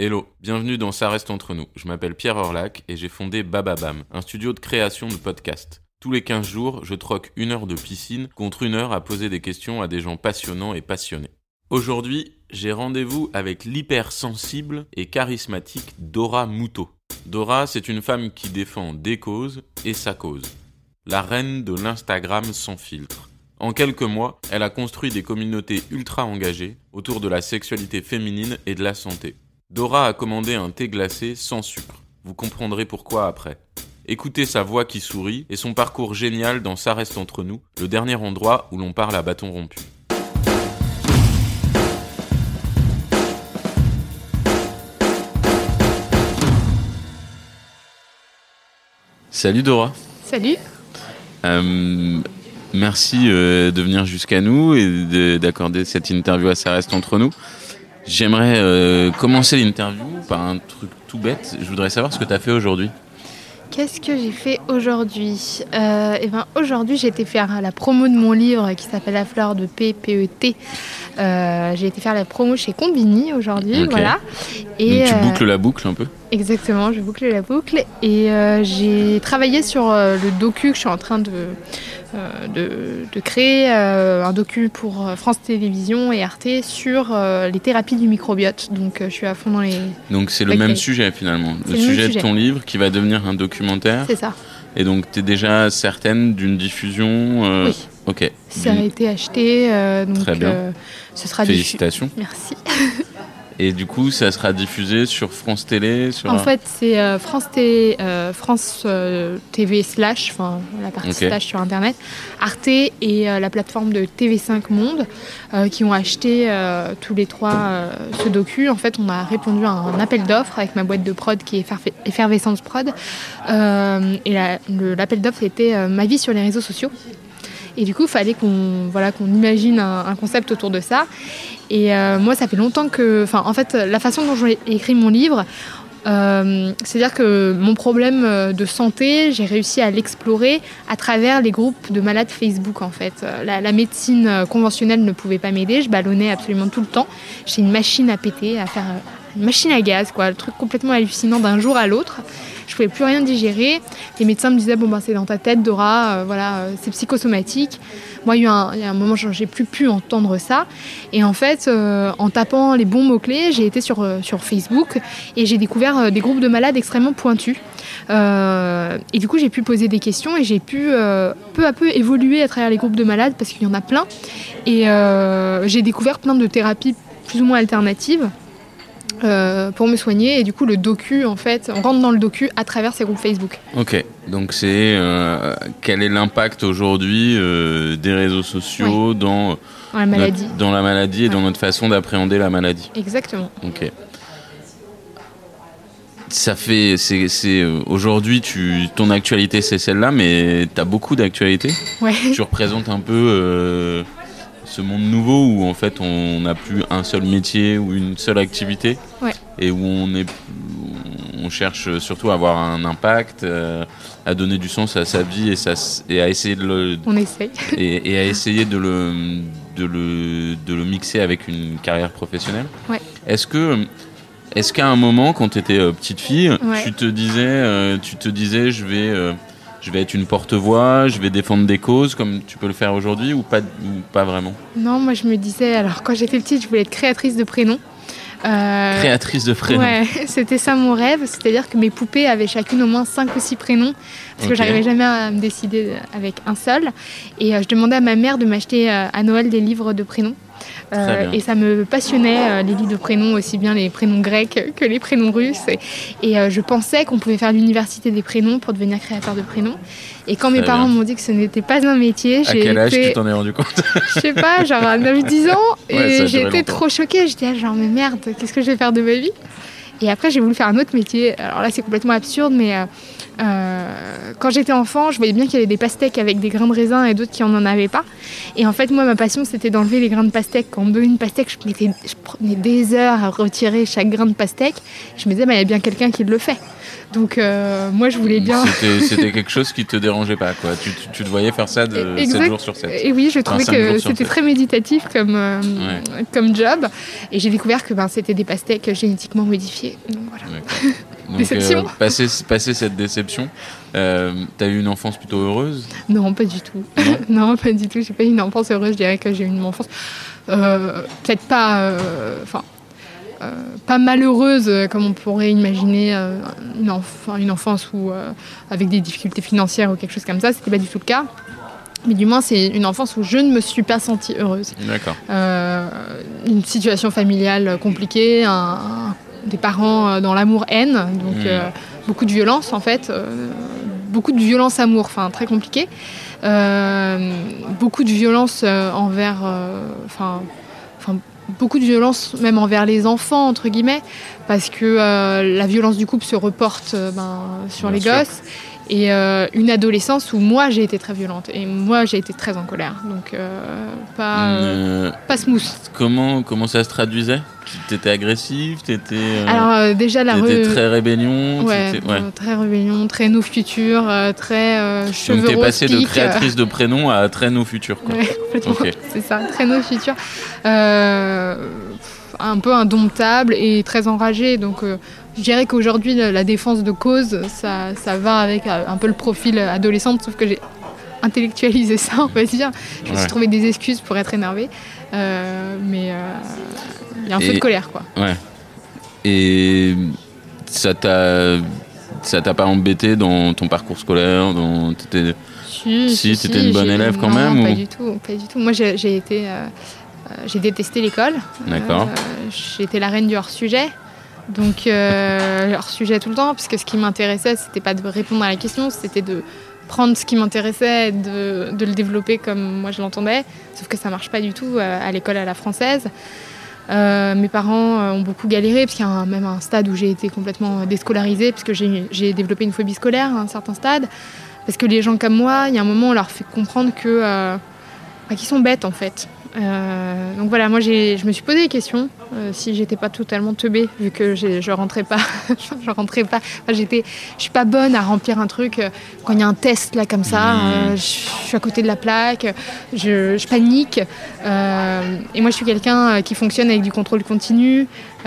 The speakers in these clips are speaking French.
Hello, bienvenue dans Ça reste entre nous. Je m'appelle Pierre Orlac et j'ai fondé Bababam, un studio de création de podcasts. Tous les 15 jours, je troque 1 heure de piscine contre 1 heure à poser des questions à des gens passionnants et passionnés. Aujourd'hui, j'ai rendez-vous avec l'hypersensible et charismatique Dora Muto. Dora, c'est une femme qui défend des causes et sa cause. La reine de l'Instagram sans filtre. En quelques mois, elle a construit des communautés ultra engagées autour de la sexualité féminine et de la santé. Dora a commandé un thé glacé sans sucre. Vous comprendrez pourquoi après. Écoutez sa voix qui sourit et son parcours génial dans Ça reste entre nous, le dernier endroit où l'on parle à bâton rompu. Salut Dora. Salut. Merci de venir jusqu'à nous et d'accorder cette interview à Ça reste entre nous. J'aimerais commencer l'interview par un truc tout bête. Je voudrais savoir ce que tu as fait aujourd'hui. Qu'est-ce que j'ai fait aujourd'hui ? Aujourd'hui, j'ai été faire la promo de mon livre qui s'appelle La fleur de paix, PET. J'ai été faire la promo chez Combini aujourd'hui, Okay. voilà. Et donc tu boucles la boucle un peu ? Exactement, je boucle la boucle. Et j'ai travaillé sur le docu que je suis en train de créer, un docu pour France Télévisions et Arte sur les thérapies du microbiote. Donc je suis à fond dans les... Donc c'est le même sujet finalement, le sujet de ton livre qui va devenir un documentaire. C'est ça. Et donc tu es déjà certaine d'une diffusion Oui. Ok. Ça a été acheté, donc Très bien. ce sera Félicitations. Merci. Et du coup, ça sera diffusé sur France Télé En fait, c'est France TV / enfin la partie slash sur Internet, Arte et la plateforme de TV5 Monde qui ont acheté tous les trois ce docu. En fait, on a répondu à un appel d'offres avec ma boîte de prod qui est Effervescence Prod. Et l'appel d'offres était ma vie sur les réseaux sociaux. Et du coup, il fallait qu'on imagine un concept autour de ça. Et moi, ça fait longtemps que... en fait, la façon dont j'ai écrit mon livre, c'est-à-dire que mon problème de santé, j'ai réussi à l'explorer à travers les groupes de malades Facebook, en fait. La médecine conventionnelle ne pouvait pas m'aider. Je ballonnais absolument tout le temps. J'ai une machine à péter, à faire... une machine à gaz, quoi. Le truc complètement hallucinant d'un jour à l'autre. Je pouvais plus rien digérer. Les médecins me disaient c'est dans ta tête, Dora, c'est psychosomatique. Moi, il y a un moment, j'ai plus pu entendre ça. Et en fait, en tapant les bons mots-clés, j'ai été sur Facebook et j'ai découvert des groupes de malades extrêmement pointus. Et du coup, j'ai pu poser des questions et j'ai pu peu à peu évoluer à travers les groupes de malades parce qu'il y en a plein. Et j'ai découvert plein de thérapies plus ou moins alternatives. Pour me soigner, et du coup le docu, en fait, on rentre dans le docu à travers ces groupes Facebook. Ok, donc c'est quel est l'impact aujourd'hui des réseaux sociaux dans la maladie, et dans notre façon d'appréhender la maladie. Exactement. Ok. Ça fait, aujourd'hui ton actualité c'est celle-là, mais t'as beaucoup d'actualités. Ouais. Tu représentes un peu ce monde nouveau où en fait on n'a plus un seul métier ou une seule activité, ouais. Et où on cherche surtout à avoir un impact, à donner du sens à sa vie et à essayer de le... On essaye. et à essayer de le mixer avec une carrière professionnelle. Ouais. Est-ce qu'à un moment, quand tu étais petite fille, ouais. tu te disais je vais être une porte-voix, je vais défendre des causes comme tu peux le faire aujourd'hui ou pas vraiment ? Non, moi je me disais, alors quand j'étais petite, je voulais être créatrice de prénoms. Créatrice de prénoms. Ouais, c'était ça mon rêve, c'est-à-dire que mes poupées avaient chacune au moins 5 ou 6 prénoms, parce que j'arrivais jamais à me décider avec un seul. Et je demandais à ma mère de m'acheter à Noël des livres de prénoms. Et ça me passionnait, les livres de prénoms, aussi bien les prénoms grecs que les prénoms russes. Et je pensais qu'on pouvait faire l'université des prénoms pour devenir créateur de prénoms. Et quand mes parents m'ont dit que ce n'était pas un métier, à quel âge tu t'en es rendu compte ? Je sais pas, genre à 9-10 ans. Et j'étais longtemps. trop choquée. Je disais mais merde, qu'est-ce que je vais faire de ma vie ? Et après, j'ai voulu faire un autre métier. Alors là, c'est complètement absurde, mais Quand j'étais enfant, je voyais bien qu'il y avait des pastèques avec des grains de raisin et d'autres qui n'en avaient pas. Et en fait, moi, ma passion, c'était d'enlever les grains de pastèque. Quand on me donnait une pastèque, je prenais des heures à retirer chaque grain de pastèque. Je me disais, il y a bien quelqu'un qui le fait. Donc, moi, je voulais bien... C'était quelque chose qui te dérangeait pas, quoi. Tu te voyais faire ça 7 jours sur 7. Et oui, je trouvais que c'était très méditatif comme job. Et j'ai découvert que c'était des pastèques génétiquement modifiées. Donc, voilà. Donc, déception. Passer cette déception, t'as eu une enfance plutôt heureuse ? Non, pas du tout. Non, pas du tout. J'ai pas eu une enfance heureuse. Je dirais que j'ai eu une enfance peut-être pas... pas malheureuse comme on pourrait imaginer une enfance avec des difficultés financières ou quelque chose comme ça, c'était pas du tout le cas. Mais du moins, c'est une enfance où je ne me suis pas sentie heureuse. D'accord. Une situation familiale compliquée, des parents dans l'amour-haine, donc beaucoup de violence en fait, beaucoup de violence-amour, très compliqué. Beaucoup de violence envers... beaucoup de violence même envers les enfants, entre guillemets, parce que la violence du couple se reporte sur les gosses. Et une adolescence où moi j'ai été très violente et moi j'ai été très en colère, donc pas smooth. Comment ça se traduisait ? T'étais agressive, alors déjà t'étais très rébellion, très rébellion, très no futur, très cheveux roses. Donc t'es passée de créatrice de prénoms à très no futur, quoi. Ouais, complètement. Okay. C'est ça, très no futur, un peu indomptable et très enragée, donc. Je dirais qu'aujourd'hui, la défense de cause, ça va avec un peu le profil adolescente, sauf que j'ai intellectualisé ça, on va dire. Je me suis trouvé des excuses pour être énervée, mais il y a un peu de colère, quoi. Ouais. Et ça t'a pas embêté dans ton parcours scolaire, Si, t'étais une bonne élève quand même. Non, pas du tout. Moi, j'ai détesté l'école. D'accord. J'ai été la reine du hors-sujet. Donc hors sujet tout le temps, parce que ce qui m'intéressait, c'était pas de répondre à la question, c'était de prendre ce qui m'intéressait et de le développer comme moi je l'entendais, sauf que ça marche pas du tout à l'école à la française. Mes parents ont beaucoup galéré, parce qu'il y a même un stade où j'ai été complètement déscolarisée, parce que j'ai développé une phobie scolaire à un certain stade, parce que les gens comme moi, il y a un moment on leur fait comprendre qu'ils sont bêtes en fait. Donc voilà, moi je me suis posé des questions si j'étais pas totalement teubée, vu que je rentrais pas. Je suis pas bonne à remplir un truc quand il y a un test là comme ça. Je suis à côté de la plaque, je panique. Et moi je suis quelqu'un qui fonctionne avec du contrôle continu.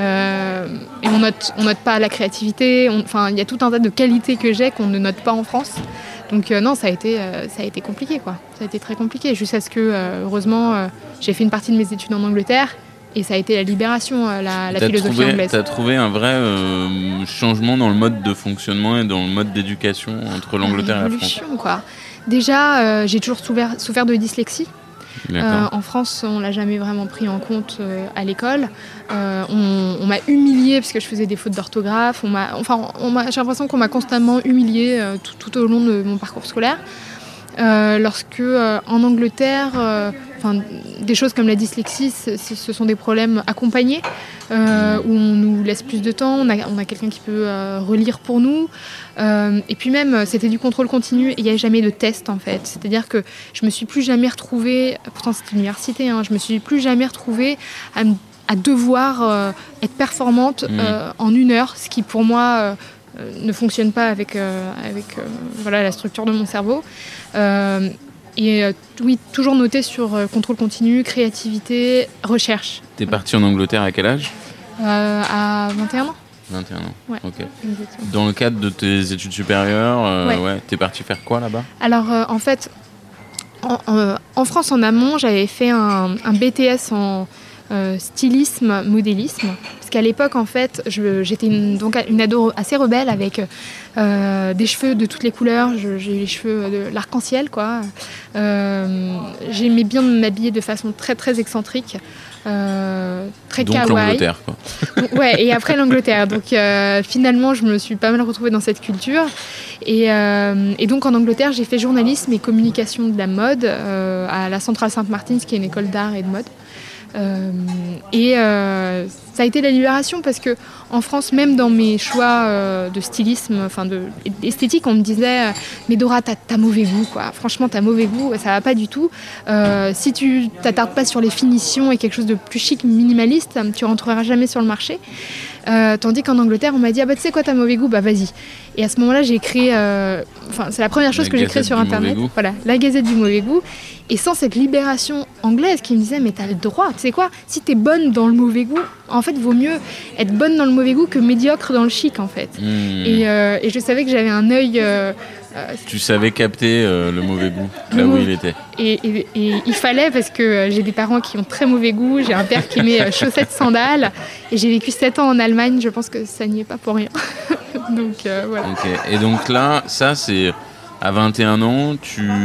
Et on note pas la créativité. Il y a tout un tas de qualités que j'ai qu'on ne note pas en France. Donc non, ça a été compliqué, quoi. Ça a été très compliqué, jusqu'à ce que, heureusement, j'ai fait une partie de mes études en Angleterre, et ça a été la libération, la philosophie anglaise. T'as trouvé un vrai changement dans le mode de fonctionnement et dans le mode d'éducation entre l'Angleterre et la France, quoi. Déjà, j'ai toujours souffert de dyslexie. En France, on l'a jamais vraiment pris en compte à l'école. On m'a humiliée parce que je faisais des fautes d'orthographe. J'ai l'impression qu'on m'a constamment humiliée tout au long de mon parcours scolaire. Lorsque en Angleterre, des choses comme la dyslexie, ce sont des problèmes accompagnés, où on nous laisse plus de temps, on a quelqu'un qui peut relire pour nous, et puis même c'était du contrôle continu et il n'y avait jamais de test en fait, c'est-à-dire que je me suis plus jamais retrouvée, pourtant c'était l'université, je me suis plus jamais retrouvée à devoir être performante en 1 heure, ce qui pour moi ne fonctionne pas avec la structure de mon cerveau. Oui, toujours noté sur contrôle continu, créativité, recherche. T'es partie en Angleterre à quel âge ? À 21 ans. 21 ans, ouais, ok. Exactement. Dans le cadre de tes études supérieures, t'es partie faire quoi là-bas ? Alors, en fait, en France, en amont, j'avais fait un BTS en stylisme, modélisme. Parce qu'à l'époque, en fait, j'étais une ado assez rebelle avec des cheveux de toutes les couleurs. J'ai eu les cheveux de l'arc-en-ciel, quoi. J'aimais bien m'habiller de façon très, très excentrique. Très donc kawaii. L'Angleterre, quoi. Ouais, et après l'Angleterre. Donc finalement, je me suis pas mal retrouvée dans cette culture. Et donc en Angleterre, j'ai fait journalisme et communication de la mode à la Centrale Saint-Martin, qui est une école d'art et de mode. Ça a été la libération parce que en France, même dans mes choix de stylisme, d'esthétique, on me disait mais Dora, t'as mauvais goût, quoi. Franchement, t'as mauvais goût, ça va pas du tout. Si tu t'attardes pas sur les finitions et quelque chose de plus chic, minimaliste, tu rentreras jamais sur le marché. Tandis qu'en Angleterre, on m'a dit tu sais quoi, t'as mauvais goût, bah vas-y. Et à ce moment-là, j'ai créé, c'est la première chose que j'ai créée sur Internet. Voilà, la Gazette du mauvais goût. Et sans cette libération anglaise qui me disait mais t'as le droit, tu sais quoi, si t'es bonne dans le mauvais goût, en fait, vaut mieux être bonne dans le mauvais goût que médiocre dans le chic, en fait. Et je savais que j'avais un œil. Tu savais capter le mauvais goût, là où il était. Et il fallait, parce que j'ai des parents qui ont très mauvais goût, j'ai un père qui met chaussettes, sandales, et j'ai vécu 7 ans en Allemagne, je pense que ça n'y est pas pour rien. Donc voilà. Ok. Et donc là, ça c'est à 21 ans,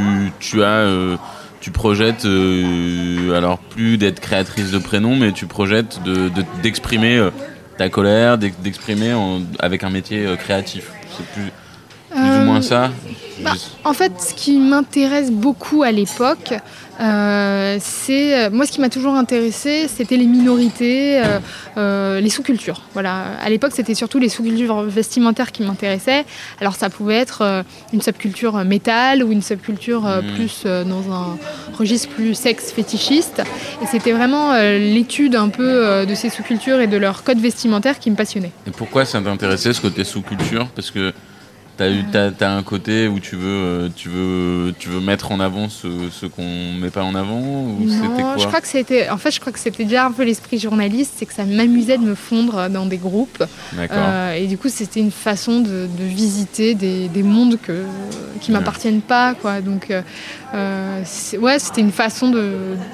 tu projettes, alors plus d'être créatrice de prénoms, mais tu projettes d'exprimer ta colère, d'exprimer avec un métier créatif. C'est plus ou moins ça. En fait, ce qui m'intéresse beaucoup à l'époque, c'est moi, ce qui m'a toujours intéressé, c'était les minorités, les sous-cultures. Voilà. À l'époque, c'était surtout les sous-cultures vestimentaires qui m'intéressaient. Alors, ça pouvait être une subculture métal ou une subculture plus dans un registre plus sexe fétichiste. Et c'était vraiment l'étude un peu de ces sous-cultures et de leur code vestimentaire qui me passionnait. Et pourquoi ça t'intéressait, ce côté sous-culture ? Parce que t'as un côté où tu veux mettre en avant ce qu'on met pas en avant, ou non, c'était quoi ? je crois que c'était déjà un peu l'esprit journaliste, c'est que ça m'amusait de me fondre dans des groupes. Et du coup, c'était une façon de visiter des mondes qui m'appartiennent pas, quoi. Donc, c'était une façon de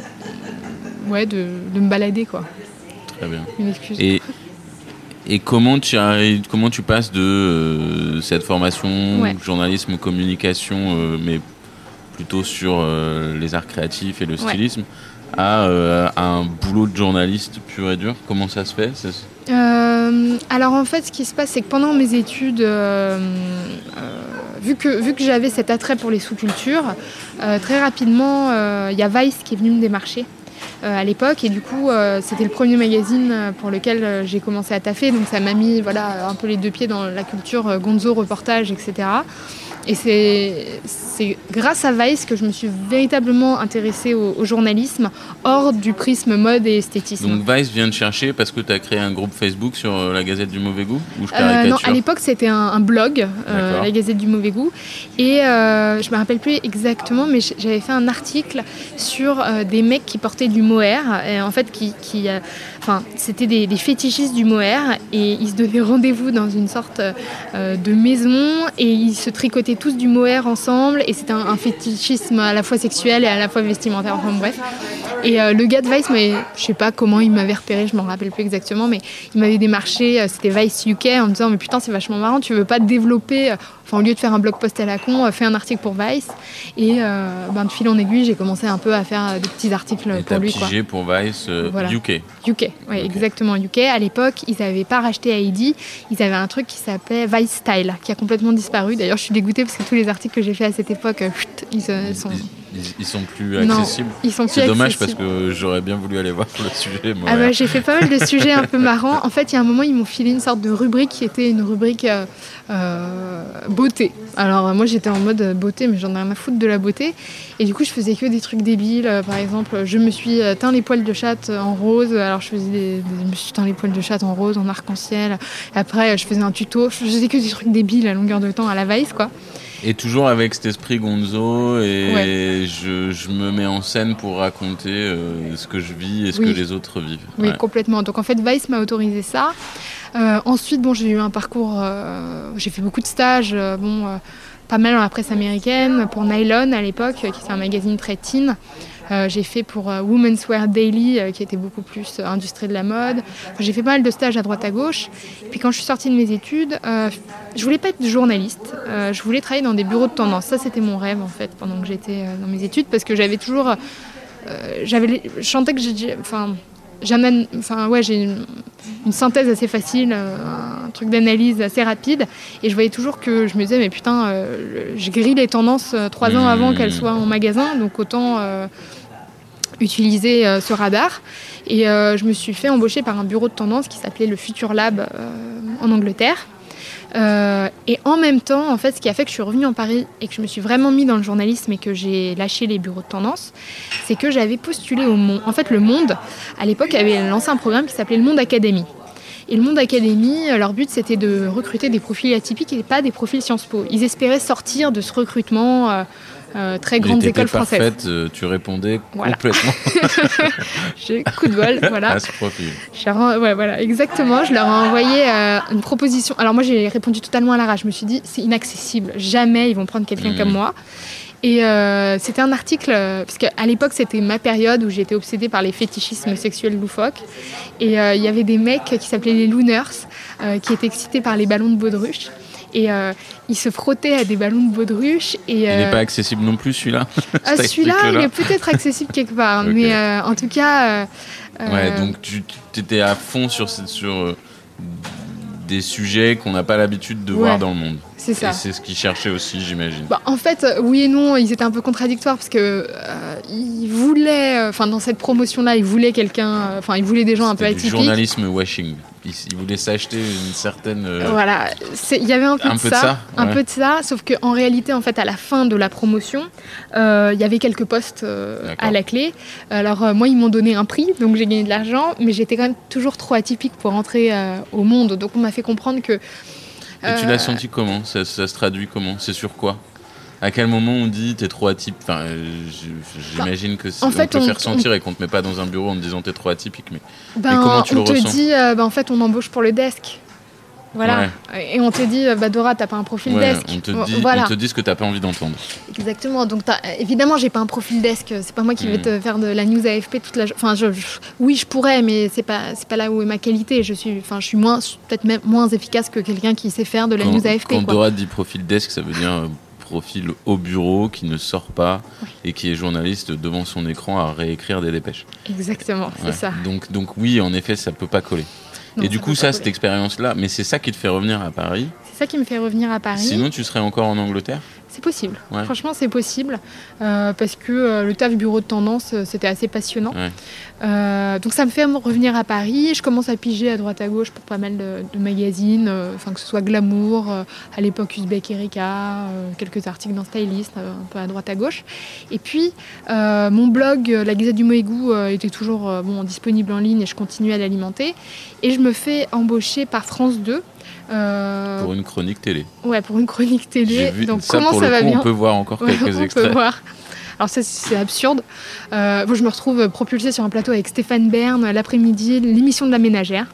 me balader, quoi. Très bien. Une excuse. Et comment tu passes de cette formation journalisme, communication, mais plutôt sur les arts créatifs et le stylisme, à un boulot de journaliste pur et dur ? Comment ça se fait ? Alors en fait, ce qui se passe, c'est que pendant mes études, vu que j'avais cet attrait pour les sous-cultures, très rapidement, il y a Vice qui est venu me démarcher. À l'époque, et du coup c'était le premier magazine pour lequel j'ai commencé à taffer, donc ça m'a mis un peu les deux pieds dans la culture gonzo, reportage, etc. Et c'est grâce à Vice que je me suis véritablement intéressée au journalisme hors du prisme mode et esthétisme. Donc Vice vient te chercher parce que tu as créé un groupe Facebook sur la Gazette du mauvais goût, ou je caricature ? Non, à l'époque c'était un blog, la Gazette du mauvais goût, et je me rappelle plus exactement, mais j'avais fait un article sur des mecs qui portaient du mohair, et en fait c'était des fétichistes du mohair, et ils se donnaient rendez-vous dans une sorte de maison, et ils se tricotaient tous du mohair ensemble, et c'était un fétichisme à la fois sexuel et à la fois vestimentaire, enfin bref. Et le gars de Vice, je sais pas comment il m'avait repéré, je m'en rappelle plus exactement, mais il m'avait démarché, c'était Vice UK, en me disant mais putain, c'est vachement marrant, tu veux pas développer, au lieu de faire un blog post à la con, fais un article pour Vice. Et de fil en aiguille, j'ai commencé un peu à faire des petits articles pour lui. Et t'as pigé pour Vice UK. UK, oui, exactement, UK. À l'époque, ils n'avaient pas racheté Heidi, ils avaient un truc qui s'appelait Vice Style, qui a complètement disparu. D'ailleurs, je suis dégoûtée parce que tous les articles que j'ai faits à cette époque, ils sont plus accessibles. Ils sont plus C'est dommage accessibles. Parce que j'aurais bien voulu aller voir le sujet. Moi, j'ai fait pas mal de sujets un peu marrants. En fait, il y a un moment, ils m'ont filé une sorte de rubrique qui était une rubrique beauté. Alors moi, j'étais en mode beauté, mais j'en ai rien à foutre de la beauté. Et du coup, je faisais que des trucs débiles. Par exemple, je me suis teint les poils de chatte en rose. Alors je me suis teint les poils de chatte en rose, en arc-en-ciel. Et après, je faisais un tuto. Je faisais que des trucs débiles à longueur de temps à la Vice, quoi. Et toujours avec cet esprit gonzo, et je me mets en scène pour raconter ce que je vis et ce que les autres vivent. Oui, complètement. Donc en fait, Vice m'a autorisé ça. Ensuite, j'ai eu un parcours, j'ai fait beaucoup de stages, pas mal dans la presse américaine, pour Nylon à l'époque, qui était un magazine très teen. J'ai fait pour Women's Wear Daily, qui était beaucoup plus industrie de la mode. J'ai fait pas mal de stages à droite à gauche. Puis quand je suis sortie de mes études, je voulais pas être journaliste. Je voulais travailler dans des bureaux de tendance. Ça, c'était mon rêve, en fait, pendant que j'étais dans mes études, parce que j'avais toujours... je sentais que j'ai une synthèse assez facile, un truc d'analyse assez rapide, et je voyais toujours que je me disais mais putain, je grille les tendances 3 ans avant qu'elles soient en magasin, donc autant utiliser ce radar. Et je me suis fait embaucher par un bureau de tendance qui s'appelait le Future Lab en Angleterre. Et en même temps, en fait, ce qui a fait que je suis revenue en Paris et que je me suis vraiment mis dans le journalisme et que j'ai lâché les bureaux de tendance, c'est que j'avais postulé au Monde. En fait, le Monde, à l'époque, avait lancé un programme qui s'appelait le Monde Academy. Et le Monde Academy, leur but, c'était de recruter des profils atypiques et pas des profils Sciences Po. Ils espéraient sortir de ce recrutement très grandes écoles françaises. Parfaite, tu répondais complètement. J'ai coup de bol, voilà. À ce profil. Voilà, exactement. Je leur ai envoyé une proposition. Alors moi, j'ai répondu totalement à l'arrache. Je me suis dit, c'est inaccessible. Jamais ils vont prendre quelqu'un comme moi. Et c'était un article, parce qu'à l'époque, c'était ma période où j'étais obsédée par les fétichismes sexuels loufoques. Et il y avait des mecs qui s'appelaient les Looners, qui étaient excités par les ballons de baudruche. Et il se frottait à des ballons de baudruche. Et, il n'est pas accessible non plus, celui-là. Celui-là, il est peut-être accessible quelque part. Okay. Mais en tout cas... donc tu étais à fond sur des sujets qu'on n'a pas l'habitude de voir dans le monde. C'est ça. Et c'est ce qu'ils cherchaient aussi, j'imagine. En fait, oui et non, ils étaient un peu contradictoires parce que ils voulaient, dans cette promotion-là, ils voulaient quelqu'un, ils voulaient des gens un peu atypiques. Du journalisme washing. Ils voulaient s'acheter une certaine. Voilà, il y avait un peu de ça, sauf qu'en réalité, en fait, à la fin de la promotion, il y avait quelques postes à la clé. Alors moi, ils m'ont donné un prix, donc j'ai gagné de l'argent, mais j'étais quand même toujours trop atypique pour entrer au Monde. Donc on m'a fait comprendre que. Et tu l'as senti comment ? Ça se traduit comment ? C'est sur quoi ? À quel moment on dit t'es trop atypique ? J'imagine que on te fait ressentir et qu'on te met pas dans un bureau en te disant t'es trop atypique, mais comment tu le ressens ? On te dit en fait on embauche pour le desk. Voilà. Ouais. Et on te dit Dora, t'as pas un profil desk. On te dit ce que t'as pas envie d'entendre. Exactement. Donc évidemment j'ai pas un profil desk. C'est pas moi qui vais te faire de la news AFP toute la journée. Oui, je pourrais, mais c'est pas là où est ma qualité. Je suis peut-être même moins efficace que quelqu'un qui sait faire de la news AFP. Quand Dora dit profil desk, ça veut dire profil au bureau qui ne sort pas et qui est journaliste devant son écran à réécrire des dépêches. Exactement, c'est ça. Donc oui, en effet, ça peut pas coller. Non, et du coup, cette expérience-là, mais c'est ça qui te fait revenir à Paris ? C'est ça qui me fait revenir à Paris. Sinon, tu serais encore en Angleterre ? C'est possible. Ouais. Franchement, c'est possible. Parce que le taf bureau de tendance, c'était assez passionnant. Ouais. Donc, ça me fait revenir à Paris. Je commence à piger à droite à gauche pour pas mal de magazines, que ce soit Glamour, à l'époque Uzbek Erika, quelques articles dans Stylist, un peu à droite à gauche. Et puis, mon blog, La Gazette du Moégou, était toujours disponible en ligne et je continuais à l'alimenter. Et je me fais embaucher par France 2. Pour une chronique télé. Ouais, pour une chronique télé. Donc ça, comment ça va bien ? On peut voir encore quelques extraits. On peut voir. Alors ça, c'est absurde. Je me retrouve propulsée sur un plateau avec Stéphane Bern l'après-midi, l'émission de la ménagère.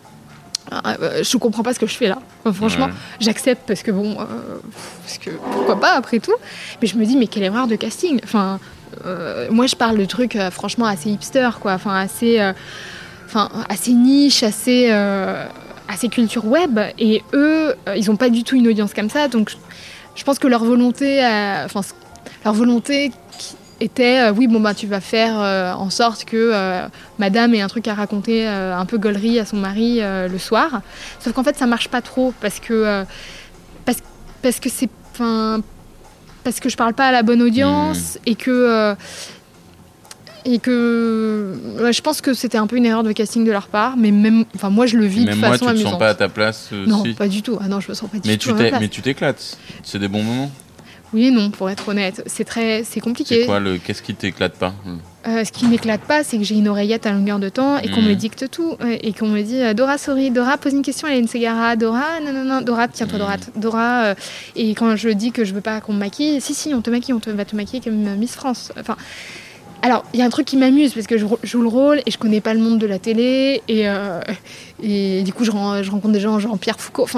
Je comprends pas ce que je fais là. Franchement, j'accepte parce que pourquoi pas après tout. Mais je me dis mais quelle erreur de casting. Moi je parle de trucs franchement assez hipster quoi. Assez niche, assez culture web, et eux, ils n'ont pas du tout une audience comme ça, donc je pense que leur volonté était, tu vas faire en sorte que madame ait un truc à raconter un peu gaulerie à son mari le soir, sauf qu'en fait ça marche pas trop, parce que je parle pas à la bonne audience, et que je pense que c'était un peu une erreur de casting de leur part, mais moi je le vis de façon amusante. Même moi, tu te sens pas à ta place Non, pas du tout. Ah non, je me sens pas du tout à ma place. Mais tu t'éclates. C'est des bons moments. Oui et non, pour être honnête. C'est compliqué. Qu'est-ce qui t'éclate pas ? Ce qui m'éclate pas, c'est que j'ai une oreillette à longueur de temps et qu'on me dicte tout. Et qu'on me dit Dora, sorry, Dora, pose une question à Hélène Ségara. Dora, non, Dora, tiens-toi droite. Dora, et quand je dis que je veux pas qu'on me maquille, si, on te maquille, va te maquiller comme Miss France. Alors, il y a un truc qui m'amuse, parce que je joue le rôle et je connais pas le monde de la télé, et du coup, je rencontre des gens genre Pierre Foucault.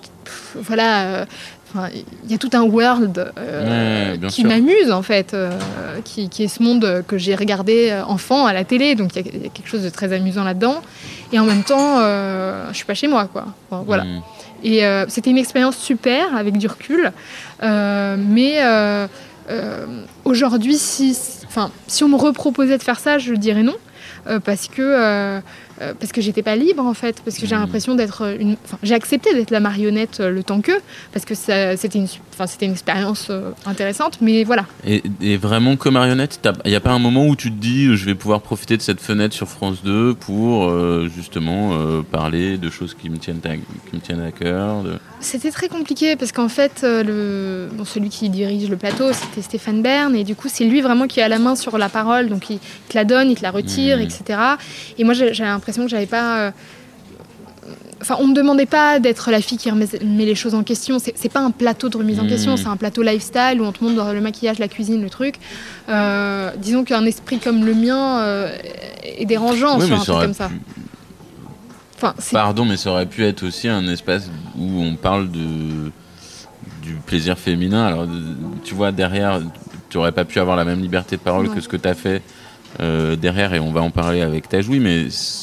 Il y a tout un world qui m'amuse, en fait, qui est ce monde que j'ai regardé enfant à la télé, donc il y a quelque chose de très amusant là-dedans. Et en même temps, je suis pas chez moi, quoi. Voilà. Et c'était une expérience super, avec du recul, mais aujourd'hui, si si on me reproposait de faire ça, je dirais non. Parce que j'étais pas libre en fait, parce que j'ai l'impression d'être j'ai accepté d'être la marionnette le temps que, parce que c'était une expérience intéressante, mais voilà. Et vraiment que marionnette, il n'y a pas un moment où tu te dis je vais pouvoir profiter de cette fenêtre sur France 2 pour justement parler de choses qui me tiennent à cœur C'était très compliqué parce qu'en fait celui qui dirige le plateau c'était Stéphane Bern, et du coup c'est lui vraiment qui a la main sur la parole, donc il te la donne, il te la retire, etc. Et moi j'ai l'impression que j'avais pas... on me demandait pas d'être la fille qui remet les choses en question. C'est pas un plateau de remise en question, c'est un plateau lifestyle où on te montre le maquillage, la cuisine, le truc. Disons qu'un esprit comme le mien est dérangeant sur un truc comme ça. Pardon, mais ça aurait pu être aussi un espace où on parle du plaisir féminin. Alors, tu vois, derrière, tu aurais pas pu avoir la même liberté de parole que ce que tu as fait derrière, et on va en parler avec Tajoui, mais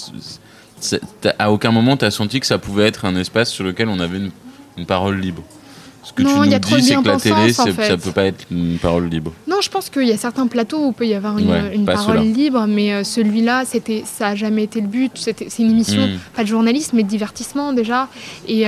à aucun moment tu as senti que ça pouvait être un espace sur lequel on avait une parole libre. Ce que tu nous dis, c'est que la télé, ça peut pas être une parole libre. Non, je pense qu'il y a certains plateaux où il peut y avoir une parole libre, mais celui-ça a jamais été le but. C'est une émission, pas de journalisme, mais de divertissement déjà. Et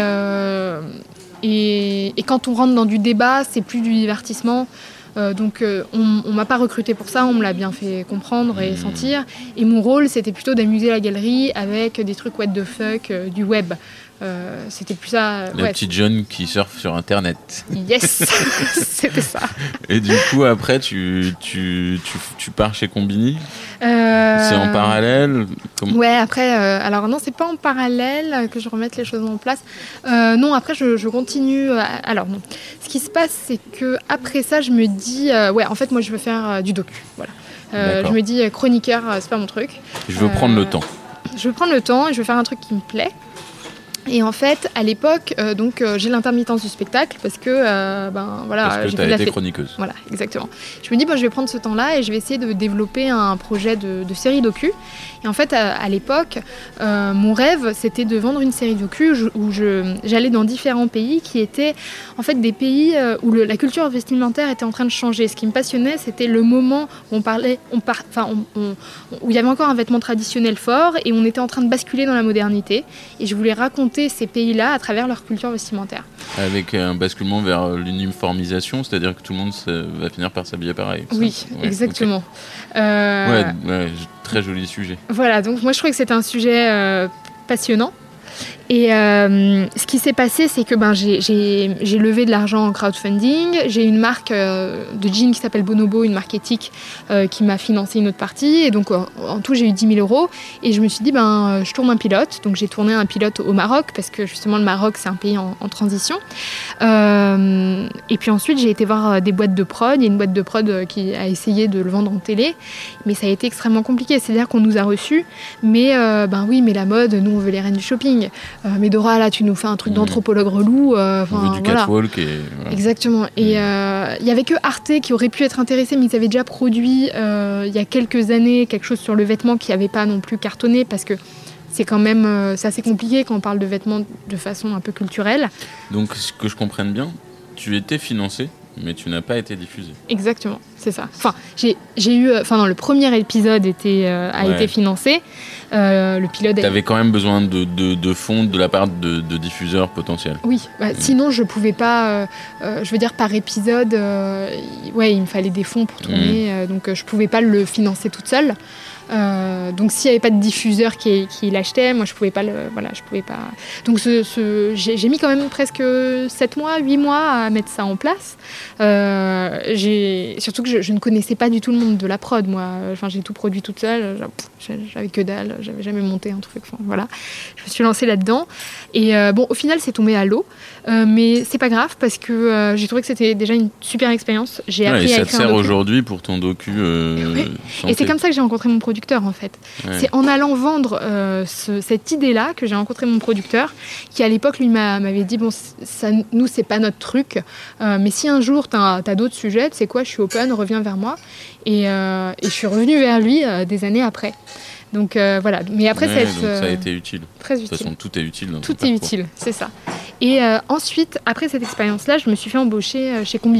quand on rentre dans du débat, c'est plus du divertissement. Donc on m'a pas recruté pour ça, on me l'a bien fait comprendre et sentir. Et mon rôle, c'était plutôt d'amuser la galerie avec des trucs what the fuck du web. C'était plus ça. La petite jeune qui surfe sur Internet. Yes, c'était ça. Et du coup, après, tu pars chez Combini. C'est en parallèle. Ouais, après, alors non, c'est pas en parallèle que je remette les choses en place. Non, après, je continue. Alors non, ce qui se passe, c'est que après ça, je me dis, en fait, moi, je veux faire du docu. Voilà. Je me dis, chroniqueur, c'est pas mon truc. Je veux prendre le temps. Je veux prendre le temps et je veux faire un truc qui me plaît. Et en fait, à l'époque, j'ai l'intermittence du spectacle parce que, parce que tu as été chroniqueuse. Voilà, exactement. Je me dis, je vais prendre ce temps-là et je vais essayer de développer un projet de série docu. Et en fait, à l'époque, mon rêve, c'était de vendre une série docu où j'allais dans différents pays qui étaient en fait des pays où la culture vestimentaire était en train de changer. Ce qui me passionnait, c'était le moment où où il y avait encore un vêtement traditionnel fort et on était en train de basculer dans la modernité. Et je voulais raconter ces pays-là à travers leur culture vestimentaire. Avec un basculement vers l'uniformisation, c'est-à-dire que tout le monde va finir par s'habiller pareil. Oui, exactement. Okay. Très joli sujet. Voilà, donc moi je trouvais que c'était un sujet passionnant. Et ce qui s'est passé, c'est que j'ai levé de l'argent en crowdfunding. J'ai une marque de jeans qui s'appelle Bonobo, une marque éthique qui m'a financé une autre partie. Et donc en tout, j'ai eu 10 000 €. Et je me suis dit, je tourne un pilote. Donc j'ai tourné un pilote au Maroc parce que justement le Maroc, c'est un pays en transition. Et puis ensuite, j'ai été voir des boîtes de prod. Il y a une boîte de prod qui a essayé de le vendre en télé. Mais ça a été extrêmement compliqué. C'est-à-dire qu'on nous a reçus. Mais oui, mais la mode, nous, on veut les reines du shopping. Mais Dora, là, tu nous fais un truc d'anthropologue relou. On veut du catwalk. Voilà. Exactement. Et il n'y avait que Arte qui aurait pu être intéressé, mais ils avaient déjà produit il y a quelques années quelque chose sur le vêtement qui n'avait pas non plus cartonné, parce que c'est quand même c'est assez compliqué quand on parle de vêtements de façon un peu culturelle. Donc, ce que je comprenne bien, tu étais financé, mais tu n'as pas été diffusé. Exactement, c'est ça. Enfin, le premier épisode a été financé. Le pilote. T'avais quand même besoin de fonds de la part de diffuseurs potentiels. Oui, sinon je pouvais pas. Je veux dire, par épisode, il me fallait des fonds pour tourner, donc je pouvais pas le financer toute seule. Donc s'il n'y avait pas de diffuseur qui l'achetait, moi je pouvais pas je pouvais pas. Donc j'ai mis quand même presque 7 mois, 8 mois à mettre ça en place. Surtout que je ne connaissais pas du tout le monde de la prod, moi. Enfin, j'ai tout produit toute seule, j'avais que dalle, j'avais jamais monté un truc. Enfin, voilà. Je me suis lancée là-dedans. Et au final c'est tombé à l'eau. Mais c'est pas grave parce que j'ai trouvé que c'était déjà une super expérience. J'ai appris à écrire un docu. Et ça te sert aujourd'hui pour ton docu. Et c'est comme ça que j'ai rencontré mon producteur en fait. Ouais. C'est en allant vendre cette idée-là que j'ai rencontré mon producteur qui à l'époque lui m'avait dit nous c'est pas notre truc, mais si un jour t'as d'autres sujets, tu sais quoi, je suis open, reviens vers moi. Et je suis revenue vers lui des années après. Donc voilà. Mais après ça a été utile. Très utile. De toute façon, tout est utile. Tout est utile, c'est ça. Et ensuite, après cette expérience-là, je me suis fait embaucher chez Combini.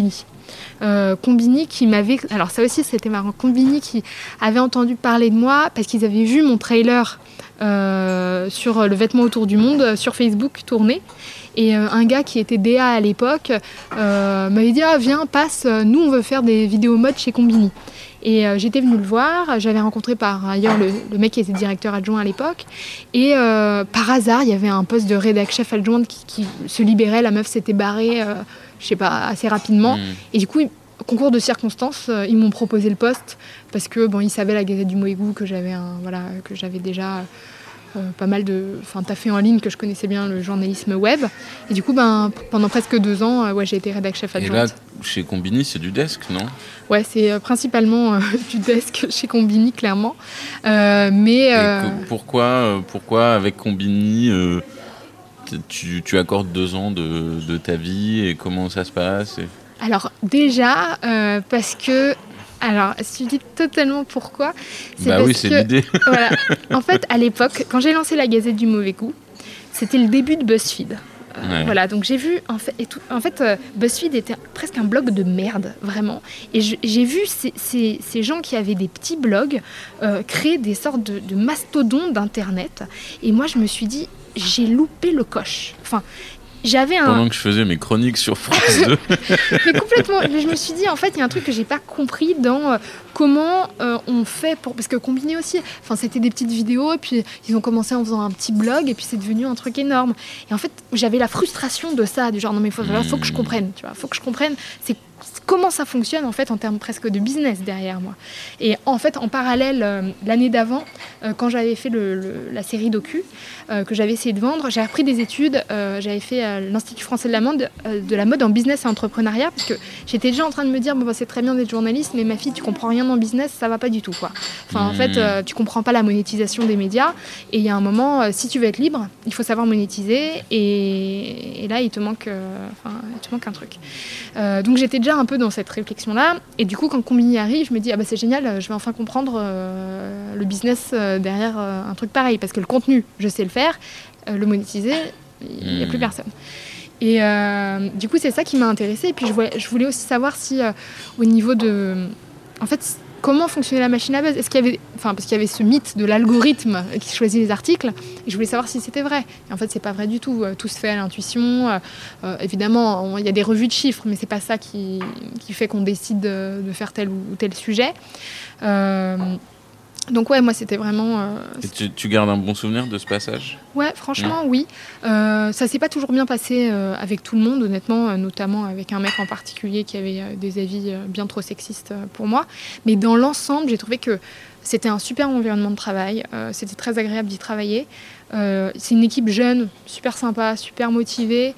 Combini qui m'avait... Alors ça aussi, c'était marrant. Combini qui avait entendu parler de moi parce qu'ils avaient vu mon trailer sur le vêtement autour du monde sur Facebook tourner. Et un gars qui était DA à l'époque m'avait dit « Ah, viens, passe, nous on veut faire des vidéos mode chez Combini ». Et j'étais venue le voir, j'avais rencontré par ailleurs le mec qui était directeur adjoint à l'époque. Et par hasard, il y avait un poste de rédac chef adjointe qui se libérait, la meuf s'était barrée, je sais pas, assez rapidement. Et du coup, concours de circonstances, ils m'ont proposé le poste parce que bon, ils savaient la Gazette du Moégou que j'avais que j'avais déjà pas mal taffé en ligne, que je connaissais bien le journalisme web. Et du coup, pendant presque 2 ans, j'ai été rédac chef adjointe. Et là, chez Combini, c'est du desk, non ? Ouais, c'est principalement du desk chez Combini, clairement. Pourquoi avec Combini, tu accordes 2 ans de ta vie et comment ça se passe Alors déjà, parce que... Alors, si je dis totalement pourquoi, c'est parce c'est que... l'idée. Voilà. En fait, à l'époque, quand j'ai lancé la Gazette du Mauvais Goût, c'était le début de BuzzFeed. Voilà, donc j'ai vu, en fait, BuzzFeed était presque un blog de merde, vraiment. Et j'ai vu ces gens qui avaient des petits blogs créer des sortes de mastodontes d'Internet. Et moi, je me suis dit, j'ai loupé le coche. Enfin, pendant que je faisais mes chroniques sur France 2. Mais complètement. Je me suis dit, en fait, il y a un truc que j'ai pas compris dans comment on fait pour... Parce que Combini aussi, c'était des petites vidéos, et puis ils ont commencé en faisant un petit blog, et puis c'est devenu un truc énorme. Et en fait, j'avais la frustration de ça, du genre, non mais faut que je comprenne, tu vois, faut que je comprenne, c'est comment ça fonctionne en fait en termes presque de business derrière moi. Et en fait, en parallèle, l'année d'avant, quand j'avais fait la série docu, que j'avais essayé de vendre, j'ai appris des études, j'avais fait l'Institut français de la mode en business et entrepreneuriat, parce que j'étais déjà en train de me dire, c'est très bien d'être journaliste, mais ma fille, tu comprends rien en business, ça va pas du tout, quoi. En fait, tu comprends pas la monétisation des médias, et il y a un moment, si tu veux être libre, il faut savoir monétiser, et là, il te manque un truc. Donc j'étais déjà un peu dans cette réflexion-là, et du coup, quand Combini arrive, je me dis, c'est génial, je vais enfin comprendre le business derrière un truc pareil, parce que le contenu, je sais le faire, le monétiser, il n'y a plus personne. Et du coup, c'est ça qui m'a intéressée. Et puis, je voulais aussi savoir si, au niveau de... En fait, comment fonctionnait la machine à buzz ? Est-ce qu'il y avait... parce qu'il y avait ce mythe de l'algorithme qui choisit les articles. Et je voulais savoir si c'était vrai. Et en fait, c'est pas vrai du tout. Tout se fait à l'intuition. Évidemment, il y a des revues de chiffres, mais c'est pas ça qui fait qu'on décide de faire tel ou tel sujet. Donc ouais, moi c'était vraiment... Et tu gardes un bon souvenir de ce passage ? Ouais, franchement, oui. Ça s'est pas toujours bien passé avec tout le monde, honnêtement, notamment avec un mec en particulier qui avait des avis bien trop sexistes pour moi. Mais dans l'ensemble, j'ai trouvé que c'était un super environnement de travail. C'était très agréable d'y travailler. C'est une équipe jeune, super sympa, super motivée.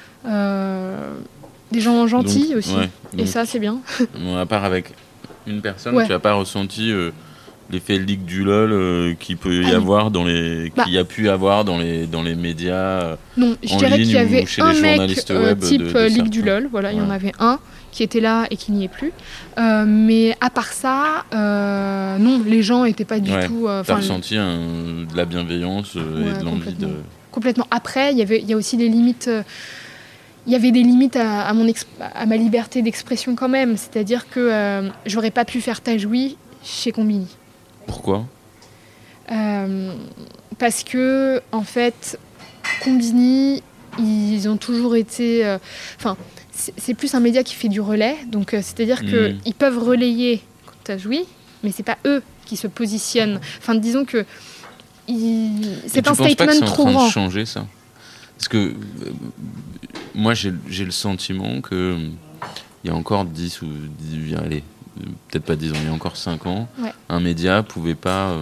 Des gens gentils aussi. Ouais, et ça, c'est bien. À part avec une personne, tu n'as pas ressenti... l'effet leak du LOL qu'il peut y avoir qu'il y a pu avoir dans les médias non, je dirais qu'il y avait un mec type leak du LOL, voilà, il y en avait un qui était là et qui n'y est plus. Mais à part ça, non, les gens n'étaient pas du tout... T'as ressenti de la bienveillance et de l'envie de... Complètement. Après, il y a aussi des limites... Il y avait des limites à ma liberté d'expression quand même. C'est-à-dire que j'aurais pas pu faire Tajoui chez Combini. Pourquoi ? Parce que, en fait, Combini, ils ont toujours été... c'est plus un média qui fait du relais. Donc, c'est-à-dire qu'ils peuvent relayer Tajoui, mais c'est pas eux qui se positionnent. Disons que c'est un statement trop grand. Tu penses pas que c'est en train de changer, ça ? Parce que moi, j'ai le sentiment que il y a encore 10 ou 10, allez, peut-être pas 10 ans, il y a encore 5 ans, un média pouvait pas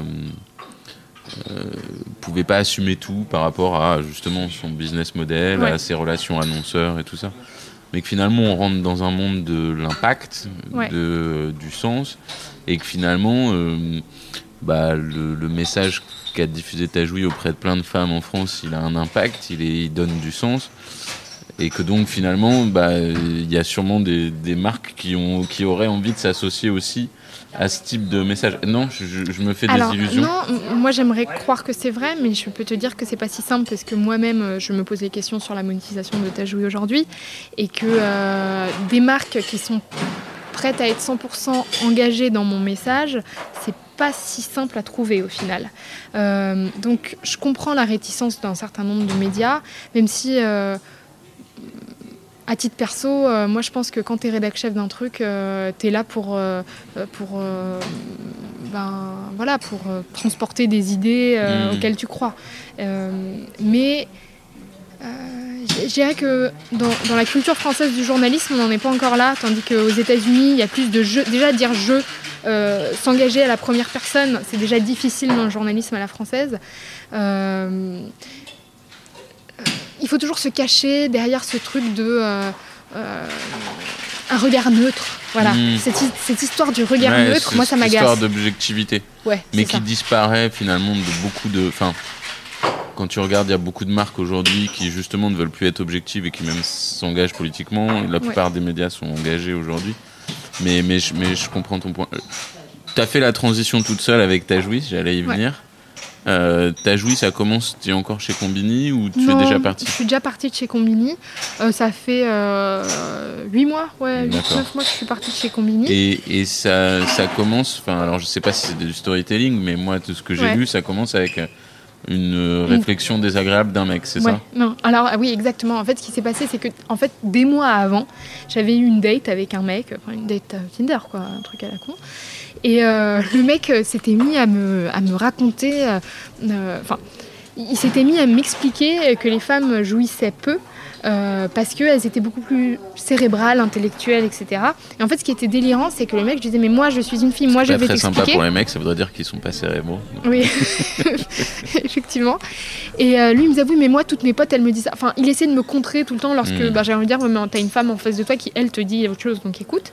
assumer tout par rapport à justement son business model, à ses relations annonceurs et tout ça. Mais que finalement on rentre dans un monde de l'impact, du sens, et que finalement le message qu'a diffusé Tajoui auprès de plein de femmes en France, il a un impact, il donne du sens. Et que donc finalement, y a sûrement des marques qui auraient envie de s'associer aussi à ce type de message. Non, je me fais des illusions. Non, moi j'aimerais croire que c'est vrai, mais je peux te dire que c'est pas si simple parce que moi-même je me pose des questions sur la monétisation de Tajoui aujourd'hui et que des marques qui sont prêtes à être 100% engagées dans mon message, c'est pas si simple à trouver au final. Donc je comprends la réticence d'un certain nombre de médias, même si à titre perso, moi je pense que quand t'es rédac chef d'un truc, t'es là pour transporter des idées auxquelles tu crois. Mais je dirais que dans la culture française du journalisme, on n'en est pas encore là, tandis qu'aux États-Unis, il y a plus de jeux. Déjà, dire jeu, s'engager à la première personne, c'est déjà difficile dans le journalisme à la française. Il faut toujours se cacher derrière ce truc de un regard neutre. Voilà, cette histoire du regard neutre, moi ça m'agace. Cette histoire d'objectivité, mais qui disparaît finalement de beaucoup de... Enfin, quand tu regardes, il y a beaucoup de marques aujourd'hui qui justement ne veulent plus être objectives et qui même s'engagent politiquement. La plupart des médias sont engagés aujourd'hui. Mais je comprends ton point. Tu as fait la transition toute seule avec Tajoui, j'allais y venir. Tajoui, ça commence, tu es encore chez Combini ou tu es déjà partie ? Je suis déjà partie de chez Combini. Ça fait 8 mois, 8-9 mois que je suis partie de chez Combini. Et ça commence, alors je sais pas si c'est du storytelling, mais moi, tout ce que j'ai lu, ça commence avec une réflexion désagréable d'un mec, c'est ça ? Non, alors oui, exactement. En fait, ce qui s'est passé, c'est que des mois avant, j'avais eu une date avec un mec, une date Tinder, quoi, un truc à la con. Et le mec s'était mis à me raconter, il s'était mis à m'expliquer que les femmes jouissaient peu parce qu'elles étaient beaucoup plus cérébrales, intellectuelles, etc. Et en fait, ce qui était délirant, c'est que le mec, je disais, mais moi, je suis une fille, moi, je vais t'expliquer. C'est très sympa pour les mecs, ça voudrait dire qu'ils sont pas cérébraux. Oui, effectivement. Et lui, il me disait, oui, mais moi, toutes mes potes, elles me disent ça. Enfin, il essaie de me contrer tout le temps lorsque j'ai envie de dire, mais t'as une femme en face de toi qui, elle, te dit autre chose, donc écoute.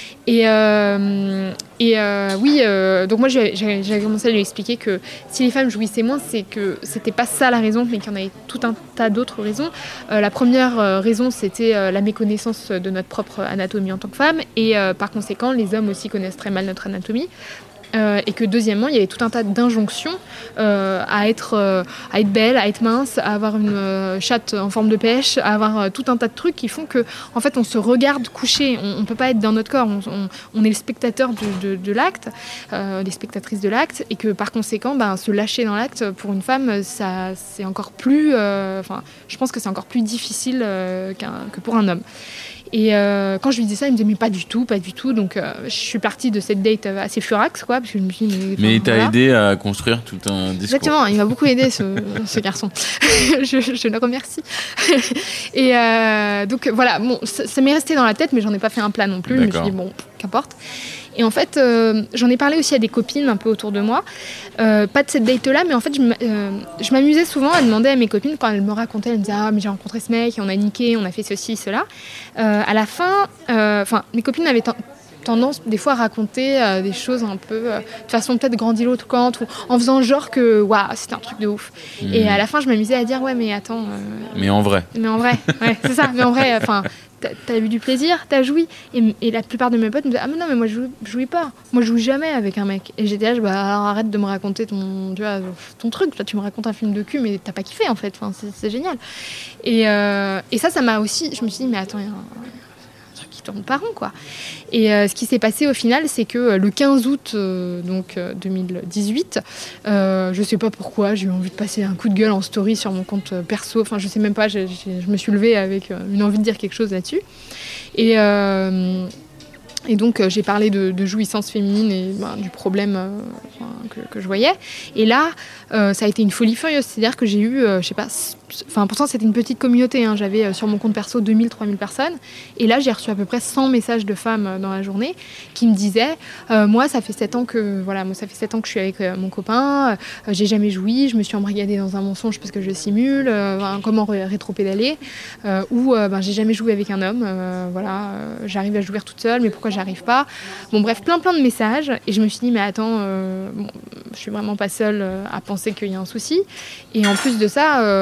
Donc moi j'ai commencé à lui expliquer que si les femmes jouissaient moins, c'est que c'était pas ça la raison, mais qu'il y en avait tout un tas d'autres raisons. La première raison, c'était la méconnaissance de notre propre anatomie en tant que femme, et par conséquent les hommes aussi connaissent très mal notre anatomie. Et que deuxièmement, il y avait tout un tas d'injonctions à être belle, à être mince, à avoir une chatte en forme de pêche, à avoir tout un tas de trucs qui font que, en fait, on se regarde coucher. On ne peut pas être dans notre corps. On est le spectateur de l'acte, les spectatrices de l'acte, et que par conséquent, se lâcher dans l'acte pour une femme, ça, c'est encore plus. Je pense que c'est encore plus difficile que pour un homme. Et quand je lui disais ça, il me disait mais pas du tout. Donc je suis partie de cette date assez furax, quoi, parce que je me suis dit mais il t'a aidé à construire tout un discours. Exactement, il m'a beaucoup aidé ce garçon. je le remercie. Et donc voilà, bon, ça m'est resté dans la tête, mais j'en ai pas fait un plat non plus. D'accord. Je me suis dit bon, qu'importe. Et en fait, j'en ai parlé aussi à des copines un peu autour de moi. Pas de cette date-là, mais en fait, je m'amusais souvent à demander à mes copines, quand elles me racontaient, elles me disaient « Ah, mais j'ai rencontré ce mec, on a niqué, on a fait ceci, cela. » À la fin, mes copines avaient tendance des fois à raconter des choses un peu de façon peut-être grandiloquente ou en faisant genre que waouh, c'était un truc de ouf. Et à la fin, je m'amusais à dire « Ouais, mais attends... Mais en vrai. » Mais en vrai, ouais, c'est ça. Mais en vrai, t'as eu du plaisir, t'as joui. Et la plupart de mes potes me disaient « Ah mais non, mais moi je jouis pas. Moi je joue jamais avec un mec. » Et j'étais là, alors arrête de me raconter ton truc. Là, tu me racontes un film de cul, mais t'as pas kiffé en fait. Enfin, c'est génial. Et ça m'a aussi... Je me suis dit « Mais attends, il y a un truc qui tourne pas rond, quoi. » Et ce qui s'est passé au final, c'est que le 15 août 2018, je sais pas pourquoi, j'ai eu envie de passer un coup de gueule en story sur mon compte perso. Enfin, je sais même pas, je me suis levée avec une envie de dire quelque chose là-dessus. Et donc, j'ai parlé de jouissance féminine et du problème que je voyais. Et là, ça a été une folie furieuse. C'est-à-dire que j'ai eu, je sais pas... pourtant, c'était une petite communauté. Hein. J'avais sur mon compte perso 2000-3000 personnes. Et là, j'ai reçu à peu près 100 messages de femmes dans la journée qui me disaient moi, ça fait 7 ans que je suis avec mon copain. J'ai jamais joui. Je me suis embrigadée dans un mensonge parce que je simule. Comment rétro-pédaler ou j'ai jamais joué avec un homme. J'arrive à jouir toute seule, mais pourquoi j'arrive pas. Bon, bref, plein de messages. Et je me suis dit, mais attends, je suis vraiment pas seule à penser qu'il y a un souci. Et en plus de ça,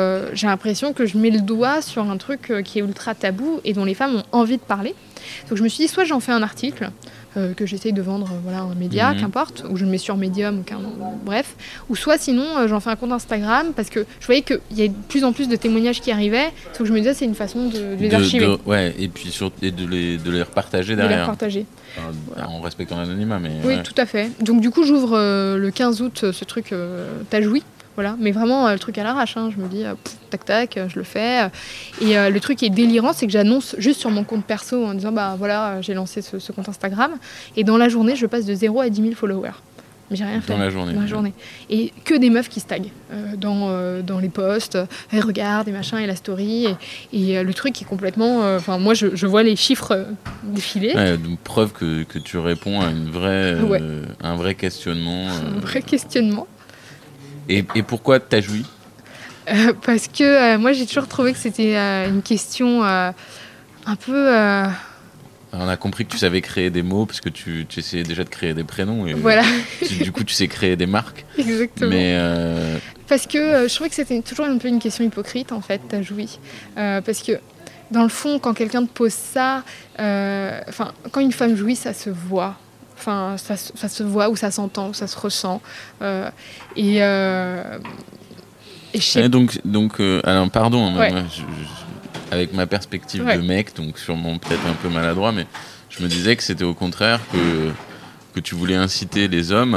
j'ai l'impression que je mets le doigt sur un truc qui est ultra tabou et dont les femmes ont envie de parler. Donc je me suis dit, soit j'en fais un article que j'essaye de vendre à un média, qu'importe, ou je le mets sur Medium, bref, ou soit sinon j'en fais un compte Instagram parce que je voyais qu'il y a de plus en plus de témoignages qui arrivaient, donc je me disais c'est une façon de les archiver. Et puis de les repartager derrière. De les repartager. En respectant l'anonymat. Mais, oui, tout à fait. Donc du coup j'ouvre le 15 août ce truc T'as joui. Voilà, mais vraiment le truc à l'arrache, je me dis tac tac, je le fais. Et le truc qui est délirant, c'est que j'annonce juste sur mon compte perso en disant voilà, j'ai lancé ce compte Instagram. Et dans la journée, je passe de 0 à 10 000 followers. Mais j'ai rien fait. Dans la journée. Et que des meufs qui se taguent dans les posts, elles regardent et machin, et la story. Et le truc est complètement. Moi, je vois les chiffres défiler. Ouais, donc preuve que tu réponds à un vrai questionnement. Un vrai questionnement. Et pourquoi T'as joui ? Parce que moi j'ai toujours trouvé que c'était une question un peu... On a compris que tu savais créer des mots parce que tu essayais déjà de créer des prénoms et voilà. Du coup tu sais créer des marques. Exactement. Mais parce que je trouvais que c'était toujours un peu une question hypocrite en fait, T'as joui. Parce que dans le fond quand quelqu'un te pose ça, quand une femme jouit ça se voit. Enfin, ça se voit ou ça s'entend ou ça se ressent. Et donc alors pardon, ouais. moi, avec ma perspective ouais. de mec, donc sûrement peut-être un peu maladroit, mais je me disais que c'était au contraire que tu voulais inciter les hommes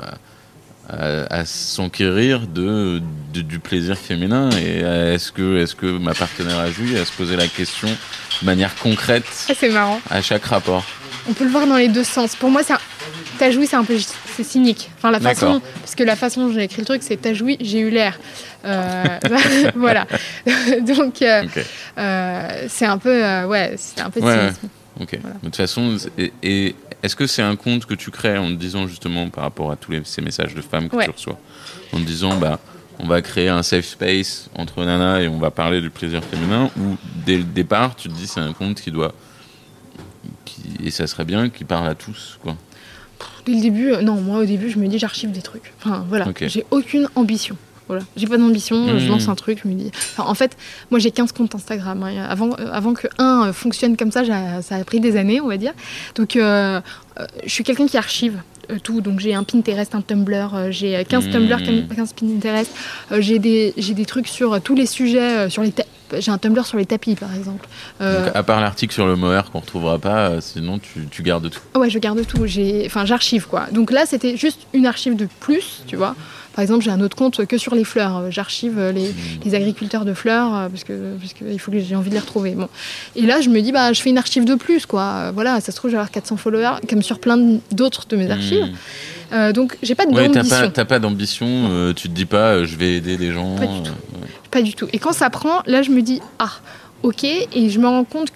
à s'enquérir du plaisir féminin. Et est-ce que ma partenaire a joui, à se poser la question de manière concrète c'est marrant. À chaque rapport. On peut le voir dans les deux sens. Pour moi, T'as joui, c'est cynique. Enfin, parce que la façon dont j'ai écrit le truc, c'est T'as joui, j'ai eu l'air. Voilà. Donc, c'est un peu, c'est un peu cynisme. Ok. Voilà. De toute façon, et est-ce que c'est un compte que tu crées en te disant justement par rapport à tous ces messages de femmes que tu reçois, en te disant on va créer un safe space entre nanas et on va parler du plaisir féminin, ou dès le départ tu te dis c'est un compte et ça serait bien qu'il parle à tous, quoi. Dès le début, moi au début je me dis j'archive des trucs. Enfin voilà, J'ai aucune ambition. Voilà. J'ai pas d'ambition, je lance un truc, je me dis... en fait, moi j'ai 15 comptes Instagram. Avant que un fonctionne comme ça, ça a pris des années, on va dire. Donc je suis quelqu'un qui archive tout. Donc j'ai un Pinterest, un Tumblr, j'ai 15 Tumblr, 15 Pinterest. J'ai des trucs sur tous les sujets, j'ai un Tumblr sur les tapis, par exemple. Donc, à part l'article sur le mohair qu'on ne retrouvera pas, sinon tu gardes tout. Ouais, je garde tout. J'archive, quoi. Donc là, c'était juste une archive de plus, tu vois. Par exemple, j'ai un autre compte que sur les fleurs. J'archive les agriculteurs de fleurs parce que il faut que j'ai envie de les retrouver. Bon. Et là, je me dis, je fais une archive de plus, quoi. Voilà, ça se trouve, j'ai avoir 400 followers, comme sur plein d'autres de mes archives. Donc, j'ai pas d'ambition. T'as pas d'ambition, tu te dis pas, je vais aider des gens. Pas du tout. Pas du tout. Et quand ça prend, là, je me dis, ok. Et je me rends compte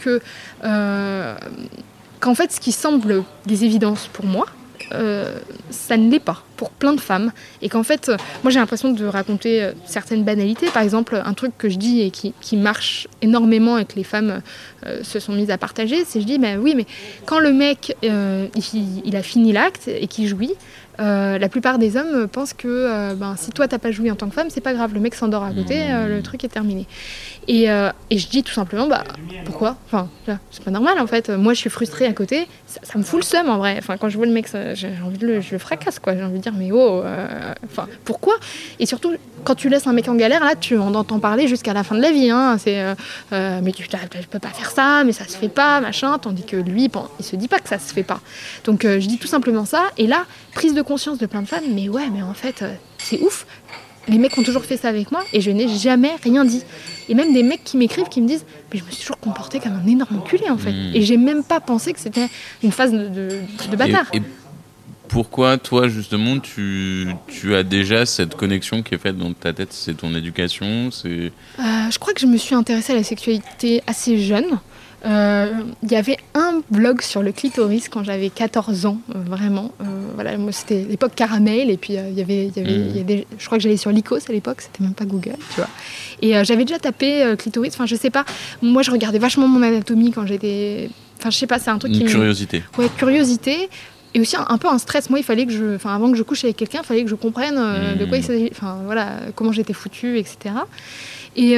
qu'en fait, ce qui semble des évidences pour moi, ça ne l'est pas pour plein de femmes, et qu'en fait moi j'ai l'impression de raconter certaines banalités. Par exemple, un truc que je dis et qui marche énormément et que les femmes se sont mises à partager, c'est je dis oui, mais quand le mec il a fini l'acte et qu'il jouit, la plupart des hommes pensent que si toi t'as pas joui en tant que femme, c'est pas grave, le mec s'endort à côté, le truc est terminé. Et je dis tout simplement pourquoi, c'est pas normal en fait. Moi je suis frustrée à côté, ça me fout le seum en vrai. Quand je vois le mec, j'ai envie je le fracasse, quoi. J'ai envie de dire mais pourquoi. Et surtout quand tu laisses un mec en galère, là tu en entends parler jusqu'à la fin de la vie, mais tu peux pas faire ça, mais ça se fait pas, machin. Tandis que lui il se dit pas que ça se fait pas. Donc je dis tout simplement ça, et là prise de conscience de plein de femmes, mais en fait c'est ouf. Les mecs ont toujours fait ça avec moi et je n'ai jamais rien dit. Et même des mecs qui m'écrivent, qui me disent mais je me suis toujours comportée comme un énorme enculé en fait. Et j'ai même pas pensé que c'était une phase de bâtard. Et pourquoi toi justement tu as déjà cette connexion qui est faite dans ta tête? C'est ton éducation, je crois que je me suis intéressée à la sexualité assez jeune. Il y avait un blog sur le clitoris quand j'avais 14 ans, vraiment. Voilà, moi c'était l'époque caramel, et puis il y avait je crois que j'allais sur Lycos à l'époque, c'était même pas Google, tu vois. Et j'avais déjà tapé clitoris, je sais pas. Moi je regardais vachement mon anatomie quand j'étais. Je sais pas, c'est un truc curiosité. Ouais, curiosité. et aussi un peu un stress. Moi, il fallait que avant que je couche avec quelqu'un, il fallait que je comprenne de quoi il s'agit, comment j'étais foutue, etc. Et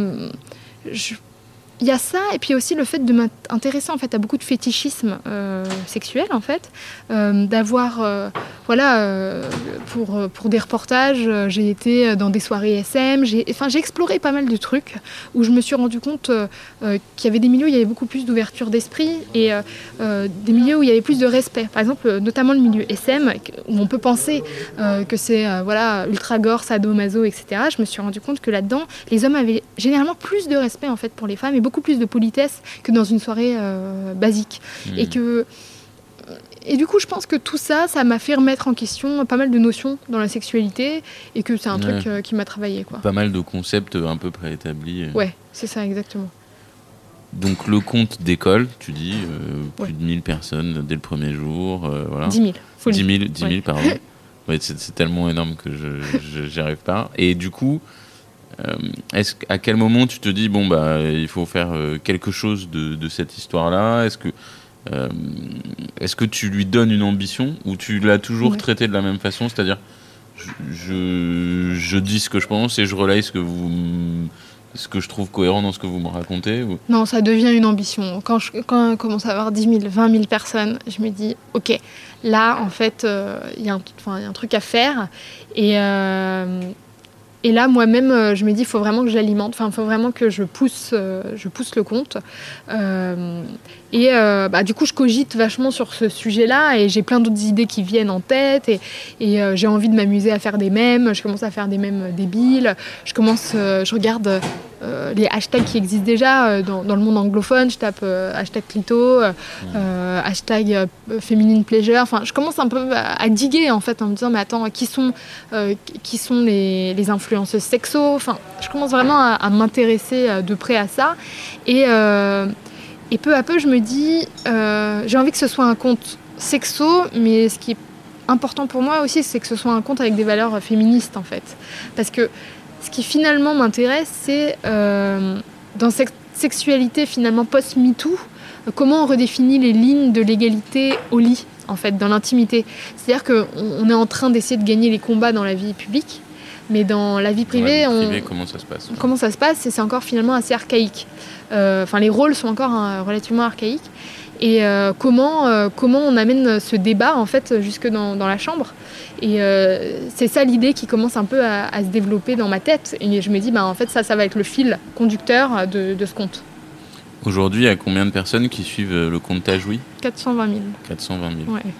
il y a ça, et puis aussi le fait de m'intéresser en fait à beaucoup de fétichisme sexuel en fait, d'avoir pour des reportages, j'ai été dans des soirées SM, j'ai exploré pas mal de trucs où je me suis rendu compte qu'il y avait des milieux où il y avait beaucoup plus d'ouverture d'esprit et des milieux où il y avait plus de respect. Par exemple, notamment le milieu SM où on peut penser que c'est ultra gore, sadomaso, etc. Je me suis rendu compte que là-dedans, les hommes avaient généralement plus de respect en fait pour les femmes et beaucoup plus de politesse que dans une soirée basique. Et du coup, je pense que tout ça m'a fait remettre en question pas mal de notions dans la sexualité et que c'est un truc qui m'a travaillé, quoi. Pas mal de concepts un peu préétablis. Ouais, c'est ça, exactement. Donc le compte d'école, tu dis, plus de 1000 personnes dès le premier jour. Voilà. 10 000. 10 000, pardon. Ouais, c'est tellement énorme que j'y arrive pas. Et du coup, à quel moment tu te dis, il faut faire quelque chose de cette histoire-là ? Est-ce que tu lui donnes une ambition ou tu l'as toujours traité de la même façon, c'est-à-dire je dis ce que je pense et je relaye ce que je trouve cohérent dans ce que vous me racontez ou... Non, ça devient une ambition. Quand on commence à avoir 10 000, 20 000 personnes, je me dis, ok, là, en fait, il y a un truc à faire. Et là, moi-même, je me dis, il faut vraiment que j'alimente, il faut vraiment que je pousse le compte. Du coup, je cogite vachement sur ce sujet-là et j'ai plein d'autres idées qui viennent en tête et j'ai envie de m'amuser à faire des mèmes. Je commence à faire des mèmes débiles. Je regarde les hashtags qui existent déjà dans le monde anglophone. Je tape hashtag clito, hashtag féminine pleasure. Enfin, je commence un peu à diguer en fait en me disant, mais attends, qui sont les influenceuses sexo. Enfin, je commence vraiment à m'intéresser de près à ça et peu à peu, je me dis, j'ai envie que ce soit un compte sexo, mais ce qui est important pour moi aussi, c'est que ce soit un compte avec des valeurs féministes, en fait. Parce que ce qui finalement m'intéresse, c'est dans cette sexualité finalement post-MeToo, comment on redéfinit les lignes de l'égalité au lit, en fait, dans l'intimité. C'est-à-dire qu'on est en train d'essayer de gagner les combats dans la vie publique, mais dans la vie privée, comment ça se passe ? Comment ça se passe ? C'est encore finalement assez archaïque. Les rôles sont encore relativement archaïques. Et comment on amène ce débat en fait jusque dans la chambre. Et c'est ça l'idée qui commence un peu à se développer dans ma tête. Et je me dis, en fait, ça va être le fil conducteur de ce compte. Aujourd'hui, il y a combien de personnes qui suivent le compte Tajoui ? 420 000. 420 000. Ouais.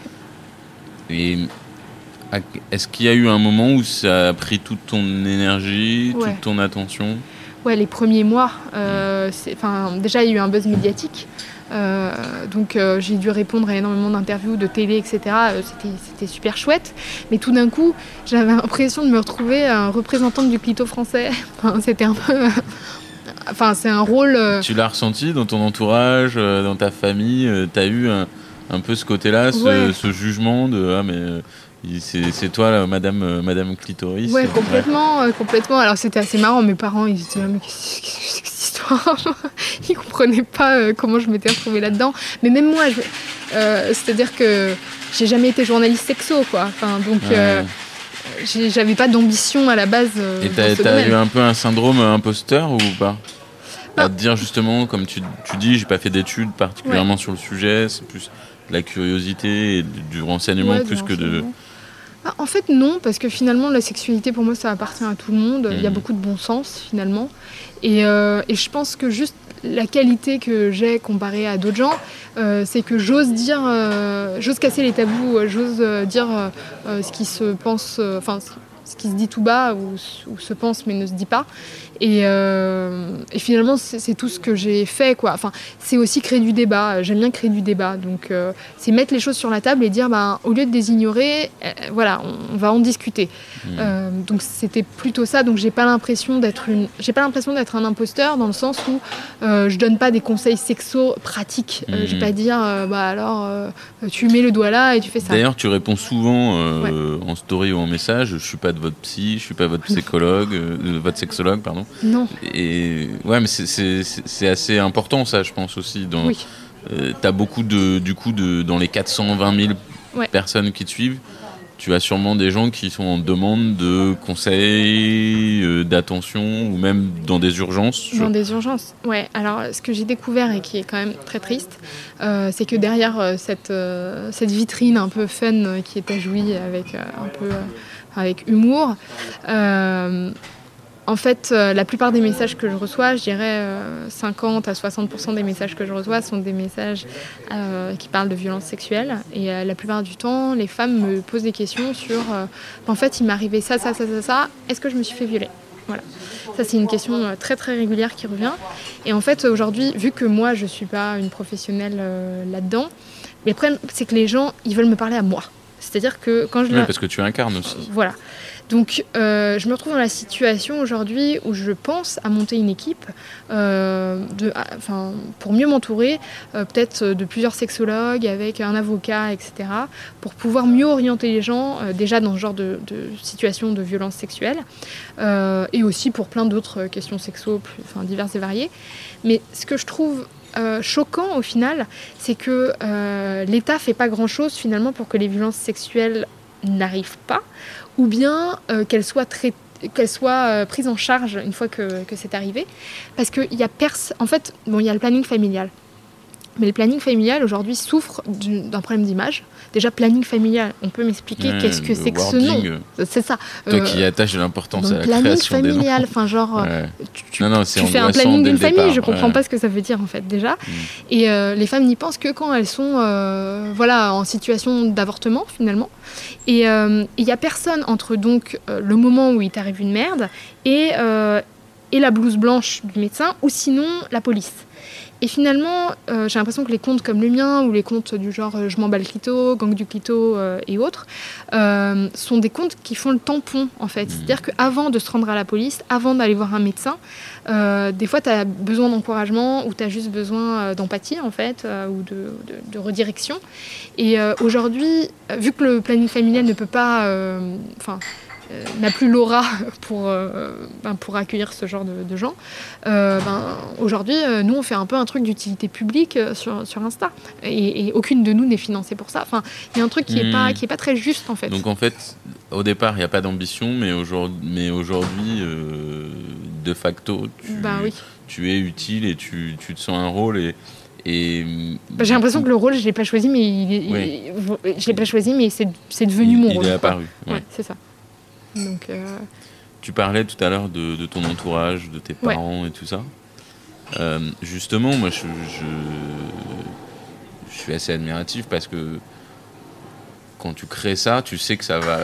Et est-ce qu'il y a eu un moment où ça a pris toute ton énergie, toute ton attention ? Ouais, les premiers mois. Déjà, il y a eu un buzz médiatique. Donc j'ai dû répondre à énormément d'interviews, de télé, etc. C'était super chouette. Mais tout d'un coup, j'avais l'impression de me retrouver représentante du clito français. C'était un peu... c'est un rôle... Tu l'as ressenti dans ton entourage, dans ta famille, t'as eu un peu ce côté-là, ce jugement de... c'est toi, là, Madame Clitoris. Ouais, complètement. Alors c'était assez marrant. Mes parents, ils étaient là, mais qu'est-ce que c'est que cette histoire ? Ils comprenaient pas comment je m'étais retrouvée là-dedans. Mais même moi, c'est-à-dire que j'ai jamais été journaliste sexo, quoi. J'avais pas d'ambition à la base. Et t'as eu un peu un syndrome imposteur ou pas ? À te dire justement, comme tu dis, j'ai pas fait d'études particulièrement sur le sujet, c'est plus de la curiosité et du renseignement plus que de... En fait, non, parce que finalement, la sexualité, pour moi, ça appartient à tout le monde. Il y a beaucoup de bon sens, finalement. Et je pense que juste la qualité que j'ai comparée à d'autres gens, c'est que j'ose casser les tabous, j'ose dire ce qui se pense, ce qui se dit tout bas ou se pense mais ne se dit pas. Et finalement, c'est tout ce que j'ai fait, quoi. C'est aussi créer du débat. J'aime bien créer du débat. Donc, c'est mettre les choses sur la table et dire, au lieu de les ignorer, on va en discuter. Donc, c'était plutôt ça. Donc, j'ai pas l'impression d'être un imposteur dans le sens où je donne pas des conseils sexo pratiques. Je vais pas dire, tu mets le doigt là et tu fais ça. D'ailleurs, tu réponds souvent en story ou en message, je suis pas de votre psy, je suis pas votre psychologue, votre sexologue, pardon. Non. Et ouais, mais c'est assez important ça, je pense aussi. T'as beaucoup dans les 420 000 personnes qui te suivent, tu as sûrement des gens qui sont en demande de conseils, d'attention, ou même dans des urgences. Dans des urgences, ouais. Alors, ce que j'ai découvert et qui est quand même très triste, c'est que derrière cette vitrine un peu fun qui est ajouie avec humour, en fait, la plupart des messages que je reçois, je dirais 50 à 60% des messages que je reçois sont des messages qui parlent de violences sexuelles. Et la plupart du temps, les femmes me posent des questions sur en fait, il m'est arrivé ça, est-ce que je me suis fait violer ? Voilà. Ça, c'est une question très très régulière qui revient. Et en fait, aujourd'hui, vu que moi, je ne suis pas une professionnelle là-dedans, le problème, c'est que les gens, ils veulent me parler à moi. C'est-à-dire que quand je... Oui, parce que tu incarnes aussi. Voilà. Donc, je me retrouve dans la situation aujourd'hui où je pense à monter une équipe pour mieux m'entourer, peut-être de plusieurs sexologues, avec un avocat, etc., pour pouvoir mieux orienter les gens déjà dans ce genre de situation de violence sexuelle, et aussi pour plein d'autres questions sexo, diverses et variées. Mais ce que je trouve choquant au final, c'est que l'État ne fait pas grand-chose finalement pour que les violences sexuelles n'arrivent pas, ou bien qu'elles soient prises en charge une fois que c'est arrivé. Parce qu'il y a en fait, il y a le planning familial. Mais le planning familial, aujourd'hui, souffre d'un problème d'image. Déjà, planning familial, on peut m'expliquer qu'est-ce que c'est que ce nom ? C'est ça. Toi qui attaches de l'importance à la création des noms. Planning familial, tu fais un planning d'une famille, je comprends pas ce que ça veut dire en fait déjà. Et les femmes n'y pensent que quand elles sont en situation d'avortement finalement. Et il n'y a personne entre donc le moment où il t'arrive une merde et la blouse blanche du médecin, ou sinon la police. Et finalement, j'ai l'impression que les comptes comme le mien, ou les comptes du genre « Je m'en bats le clito »,« Gang du clito » et autres, sont des comptes qui font le tampon, en fait. C'est-à-dire qu'avant de se rendre à la police, avant d'aller voir un médecin, des fois, tu as besoin d'encouragement, ou tu as juste besoin d'empathie, en fait, ou de redirection. Et aujourd'hui, vu que le planning familial ne peut pas... n'a plus l'aura pour accueillir ce genre de gens. Aujourd'hui, nous, on fait un peu un truc d'utilité publique sur Insta. Et aucune de nous n'est financée pour ça. Enfin, il y a un truc qui est pas très juste, en fait. Donc, en fait, au départ, il n'y a pas d'ambition, mais aujourd'hui, de facto, tu es utile et tu te sens un rôle et j'ai l'impression que le rôle, je l'ai pas choisi, mais je l'ai pas choisi, mais c'est devenu mon rôle. Il est apparu. Ouais, c'est ça. Donc, tu parlais tout à l'heure de ton entourage, de tes parents et tout ça. Justement, moi, je suis assez admiratif parce que quand tu crées ça, tu sais que ça va...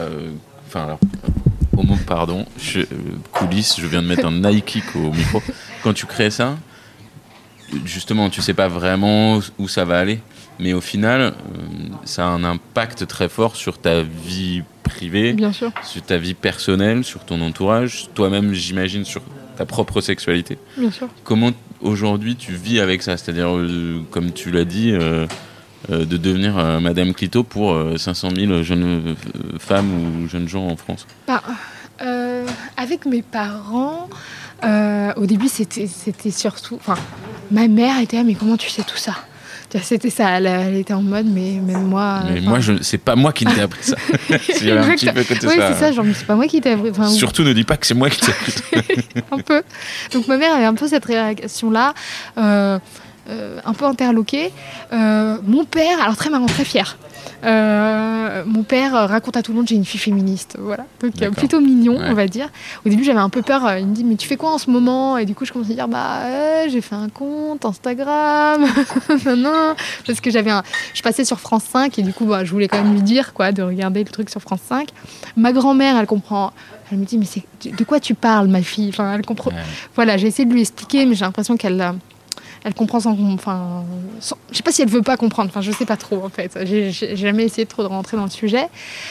coulisses, je viens de mettre un Nike au micro. Quand tu crées ça, justement, tu sais pas vraiment où ça va aller. Mais au final, ça a un impact très fort sur ta vie privée, bien sûr, sur ta vie personnelle, sur ton entourage, toi-même, j'imagine, sur ta propre sexualité. Bien sûr. Comment aujourd'hui tu vis avec ça ? C'est-à-dire, comme tu l'as dit, de devenir Madame Clito pour 500 000 jeunes femmes ou jeunes gens en France ? Avec mes parents, au début, c'était surtout... ma mère était là, mais comment tu sais tout ça ? C'était ça, elle était en mode, mais même moi... Mais moi, c'est pas moi qui t'ai appris ça. C'est un petit peu côté ça. Oui, c'est ça, genre, c'est pas moi qui t'ai appris. Surtout ne dis pas que c'est moi qui t'ai appris ça. Un peu. Donc ma mère avait un peu cette réaction-là, un peu interloquée. Mon père, alors très marrant, très fier. Mon père raconte à tout le monde, j'ai une fille féministe, voilà. Donc plutôt mignon, on va dire. Au début, j'avais un peu peur. Il me dit, mais tu fais quoi en ce moment ? Et du coup, je commence à dire, j'ai fait un compte Instagram, non, parce que je passais sur France 5 et du coup, je voulais quand même lui dire, de regarder le truc sur France 5. Ma grand-mère, elle comprend. Elle me dit, mais de quoi tu parles, ma fille ? Elle comprend. Ouais. Voilà, j'ai essayé de lui expliquer, mais j'ai l'impression qu'elle comprend sans... je sais pas si elle veut pas comprendre. Je sais pas trop, en fait. J'ai jamais essayé trop de rentrer dans le sujet.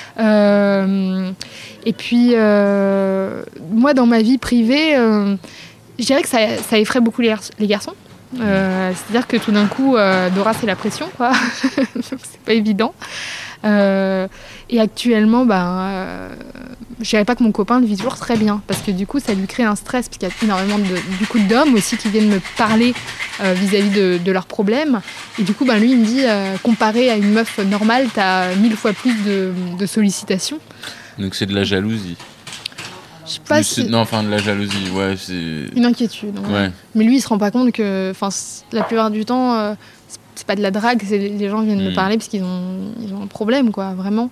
Et puis, moi, dans ma vie privée, je dirais que ça effraie beaucoup les garçons. C'est-à-dire que tout d'un coup, Dora, c'est la pression, quoi. Donc, c'est pas évident. Et actuellement, je dirais pas que mon copain le vit toujours très bien, parce que du coup ça lui crée un stress, parce qu'il y a énormément d'hommes aussi qui viennent me parler vis-à-vis de leurs problèmes, et du coup lui il me dit comparé à une meuf normale t'as 1000 fois plus de sollicitations. Donc c'est de la jalousie. Je sais pas si... Non, enfin de la jalousie, ouais, c'est... Une inquiétude, ouais. Mais lui il se rend pas compte que la plupart du temps c'est pas de la drague, les gens viennent me parler parce qu'ils ont un problème, quoi, vraiment.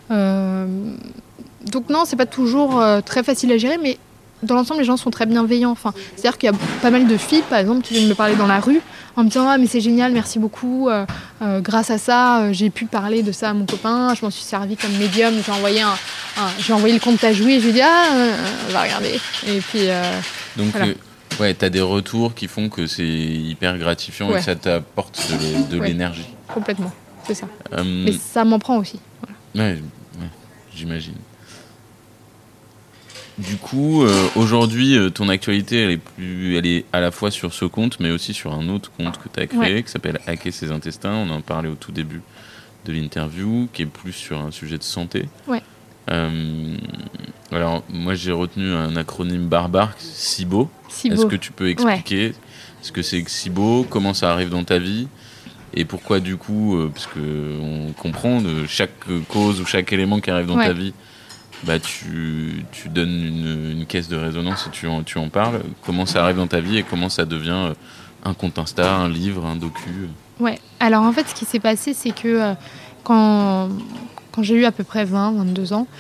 Donc non, c'est pas toujours très facile à gérer, mais dans l'ensemble, les gens sont très bienveillants. Enfin, c'est-à-dire qu'il y a pas mal de filles, par exemple, qui viennent me parler dans la rue en me disant « Ah, mais c'est génial, merci beaucoup. Grâce à ça, j'ai pu parler de ça à mon copain. Je m'en suis servi comme médium. J'ai envoyé le compte t'as joué. Je lui ai dit « Ah, on va regarder. » Et puis... Donc, voilà. Ouais, t'as des retours qui font que c'est hyper gratifiant et que ça t'apporte de l'énergie. Complètement, c'est ça. Mais ça m'en prend aussi. Voilà. Ouais, j'imagine. Du coup, aujourd'hui, ton actualité, elle est à la fois sur ce compte, mais aussi sur un autre compte que tu as créé, qui s'appelle Hacker ses intestins. On en parlait au tout début de l'interview, qui est plus sur un sujet de santé. Ouais. Alors, moi, j'ai retenu un acronyme barbare, SIBO. Est-ce que tu peux expliquer ce que c'est que SIBO, comment ça arrive dans ta vie, et pourquoi, du coup, parce qu'on comprend de chaque cause ou chaque élément qui arrive dans ta vie, tu donnes une caisse de résonance et tu en parles. Comment ça arrive dans ta vie et comment ça devient un compte Insta, un livre, un docu. Ouais, alors en fait, ce qui s'est passé, c'est que quand j'ai eu à peu près 22 ans,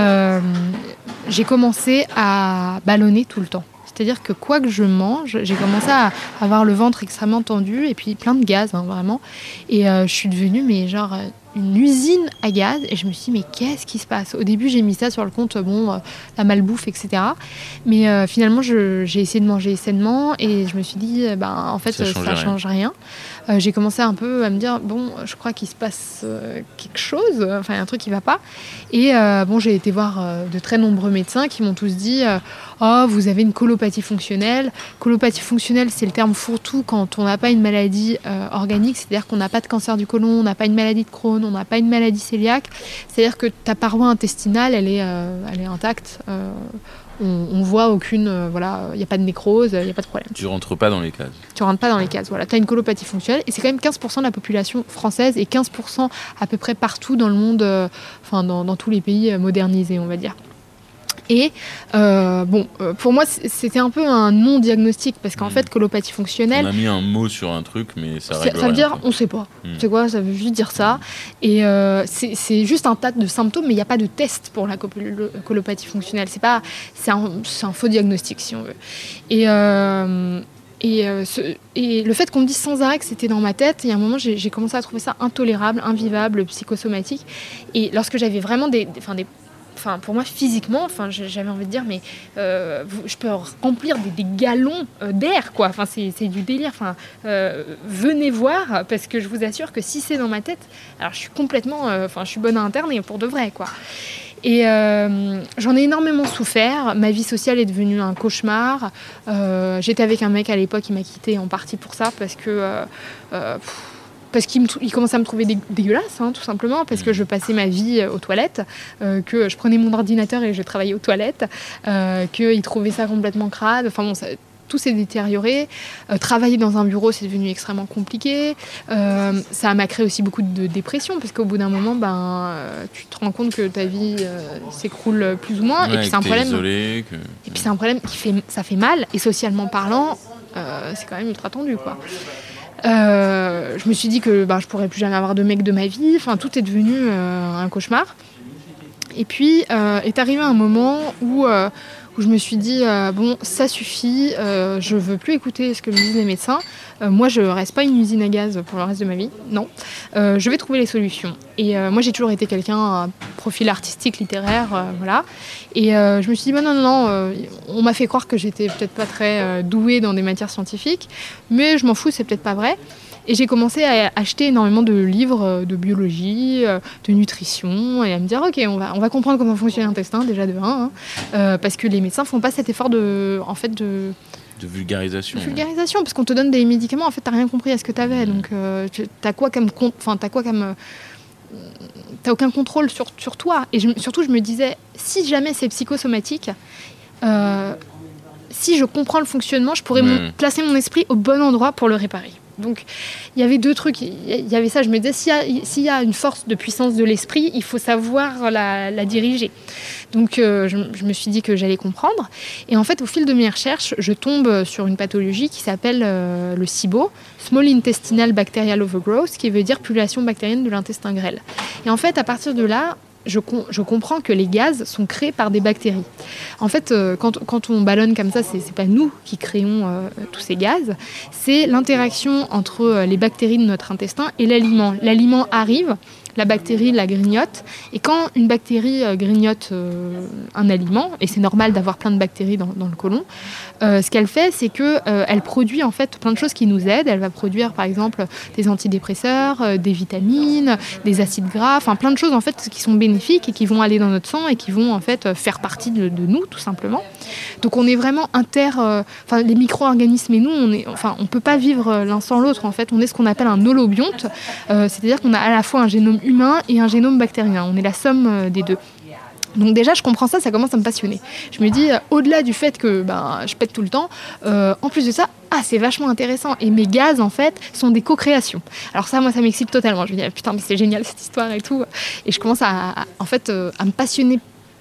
j'ai commencé à ballonner tout le temps. C'est-à-dire que quoi que je mange, j'ai commencé à avoir le ventre extrêmement tendu et puis plein de gaz, vraiment. Et je suis devenue, une usine à gaz. Et je me suis dit, mais qu'est-ce qui se passe ? Au début, j'ai mis ça sur le compte, la malbouffe, etc. Mais finalement, j'ai essayé de manger sainement et je me suis dit, en fait, ça change rien. J'ai commencé un peu à me dire, je crois qu'il se passe quelque chose, enfin, il y a un truc qui ne va pas. Et j'ai été voir de très nombreux médecins qui m'ont tous dit, vous avez une colopathie fonctionnelle. Colopathie fonctionnelle, c'est le terme fourre-tout quand on n'a pas une maladie organique, c'est-à-dire qu'on n'a pas de cancer du côlon, on n'a pas une maladie de Crohn, on n'a pas une maladie cœliaque, c'est-à-dire que ta paroi intestinale, elle est intacte. On voit aucune, il n'y a pas de nécrose, il n'y a pas de problème. Tu rentres pas dans les cases. Tu rentres pas dans les cases, voilà. Tu as une colopathie fonctionnelle et c'est quand même 15% de la population française et 15% à peu près partout dans le monde, dans tous les pays modernisés, on va dire. Et pour moi, c'était un peu un non-diagnostic parce qu'en fait, colopathie fonctionnelle... On a mis un mot sur un truc, mais ça règle rien. Ça veut dire, on sait pas. C'est quoi ? Ça veut juste dire ça. Et c'est juste un tas de symptômes, mais il n'y a pas de test pour la colopathie fonctionnelle. C'est un faux diagnostic, si on veut. Et le fait qu'on me dise sans arrêt que c'était dans ma tête, il y a un moment, j'ai commencé à trouver ça intolérable, invivable, psychosomatique. Et lorsque j'avais vraiment pour moi, physiquement, j'avais envie de dire, mais je peux remplir des galons d'air, quoi. C'est du délire. Venez voir, parce que je vous assure que si c'est dans ma tête, alors je suis complètement... je suis bonne à interner, pour de vrai, quoi. Et j'en ai énormément souffert. Ma vie sociale est devenue un cauchemar. J'étais avec un mec à l'époque qui m'a quittée en partie pour ça, parce qu'il commençait à me trouver dégueulasse, tout simplement, parce que je passais ma vie aux toilettes, que je prenais mon ordinateur et je travaillais aux toilettes, qu'il trouvait ça complètement crade. Tout s'est détérioré. Travailler dans un bureau, c'est devenu extrêmement compliqué. Ça m'a créé aussi beaucoup de dépression, parce qu'au bout d'un moment, tu te rends compte que ta vie s'écroule plus ou moins. Ouais, et puis c'est un problème. Isolé, Et puis c'est un problème ça fait mal. Et socialement parlant, c'est quand même ultra tendu, quoi. Je me suis dit que je pourrais plus jamais avoir de mec de ma vie. Tout est devenu un cauchemar. Et puis est arrivé un moment où je me suis dit ça suffit, je veux plus écouter ce que me disent les médecins. Moi, je reste pas une usine à gaz pour le reste de ma vie, non. Je vais trouver les solutions. Et moi, j'ai toujours été quelqu'un à profil artistique, littéraire, voilà. Et je me suis dit non, on m'a fait croire que j'étais peut-être pas très douée dans des matières scientifiques, mais je m'en fous, c'est peut-être pas vrai. Et j'ai commencé à acheter énormément de livres de biologie, de nutrition, et à me dire ok, on va comprendre comment fonctionne l'intestin déjà de 1, parce que les médecins font pas cet effort de vulgarisation. Parce qu'on te donne des médicaments, en fait t'as rien compris à ce que t'avais, donc t'as quoi comme t'as aucun contrôle sur toi. Et surtout, je me disais, si jamais c'est psychosomatique, si je comprends le fonctionnement, je pourrais placer mon esprit au bon endroit pour le réparer. Donc, il y avait 2 trucs. Il y avait ça, je me disais, s'il y a une force de puissance de l'esprit, il faut savoir la diriger. Donc, je me suis dit que j'allais comprendre. Et en fait, au fil de mes recherches, je tombe sur une pathologie qui s'appelle le SIBO, Small Intestinal Bacterial Overgrowth, qui veut dire pullulation bactérienne de l'intestin grêle. Et en fait, à partir de là, je comprends que les gaz sont créés par des bactéries. En fait, quand on ballonne comme ça, c'est pas nous qui créons tous ces gaz, c'est l'interaction entre les bactéries de notre intestin et l'aliment. L'aliment arrive, la bactérie la grignote, et quand une bactérie grignote un aliment, et c'est normal d'avoir plein de bactéries dans le côlon, ce qu'elle fait, c'est qu'elle produit en fait plein de choses qui nous aident. Elle va produire par exemple des antidépresseurs, des vitamines, des acides gras, enfin plein de choses en fait qui sont bénéfiques et qui vont aller dans notre sang et qui vont en fait faire partie de nous tout simplement. Donc on est vraiment les micro-organismes et nous, on peut pas vivre l'un sans l'autre en fait. On est ce qu'on appelle un holobionte, c'est-à-dire qu'on a à la fois un génome humain et un génome bactérien. On est la somme des 2. Donc déjà, je comprends ça commence à me passionner. Je me dis, au-delà du fait que je pète tout le temps, en plus de ça, c'est vachement intéressant. Et mes gaz, en fait, sont des co-créations. Alors ça, moi, ça m'excite totalement. Je me dis, putain, mais c'est génial cette histoire et tout. Et je commence à me passionner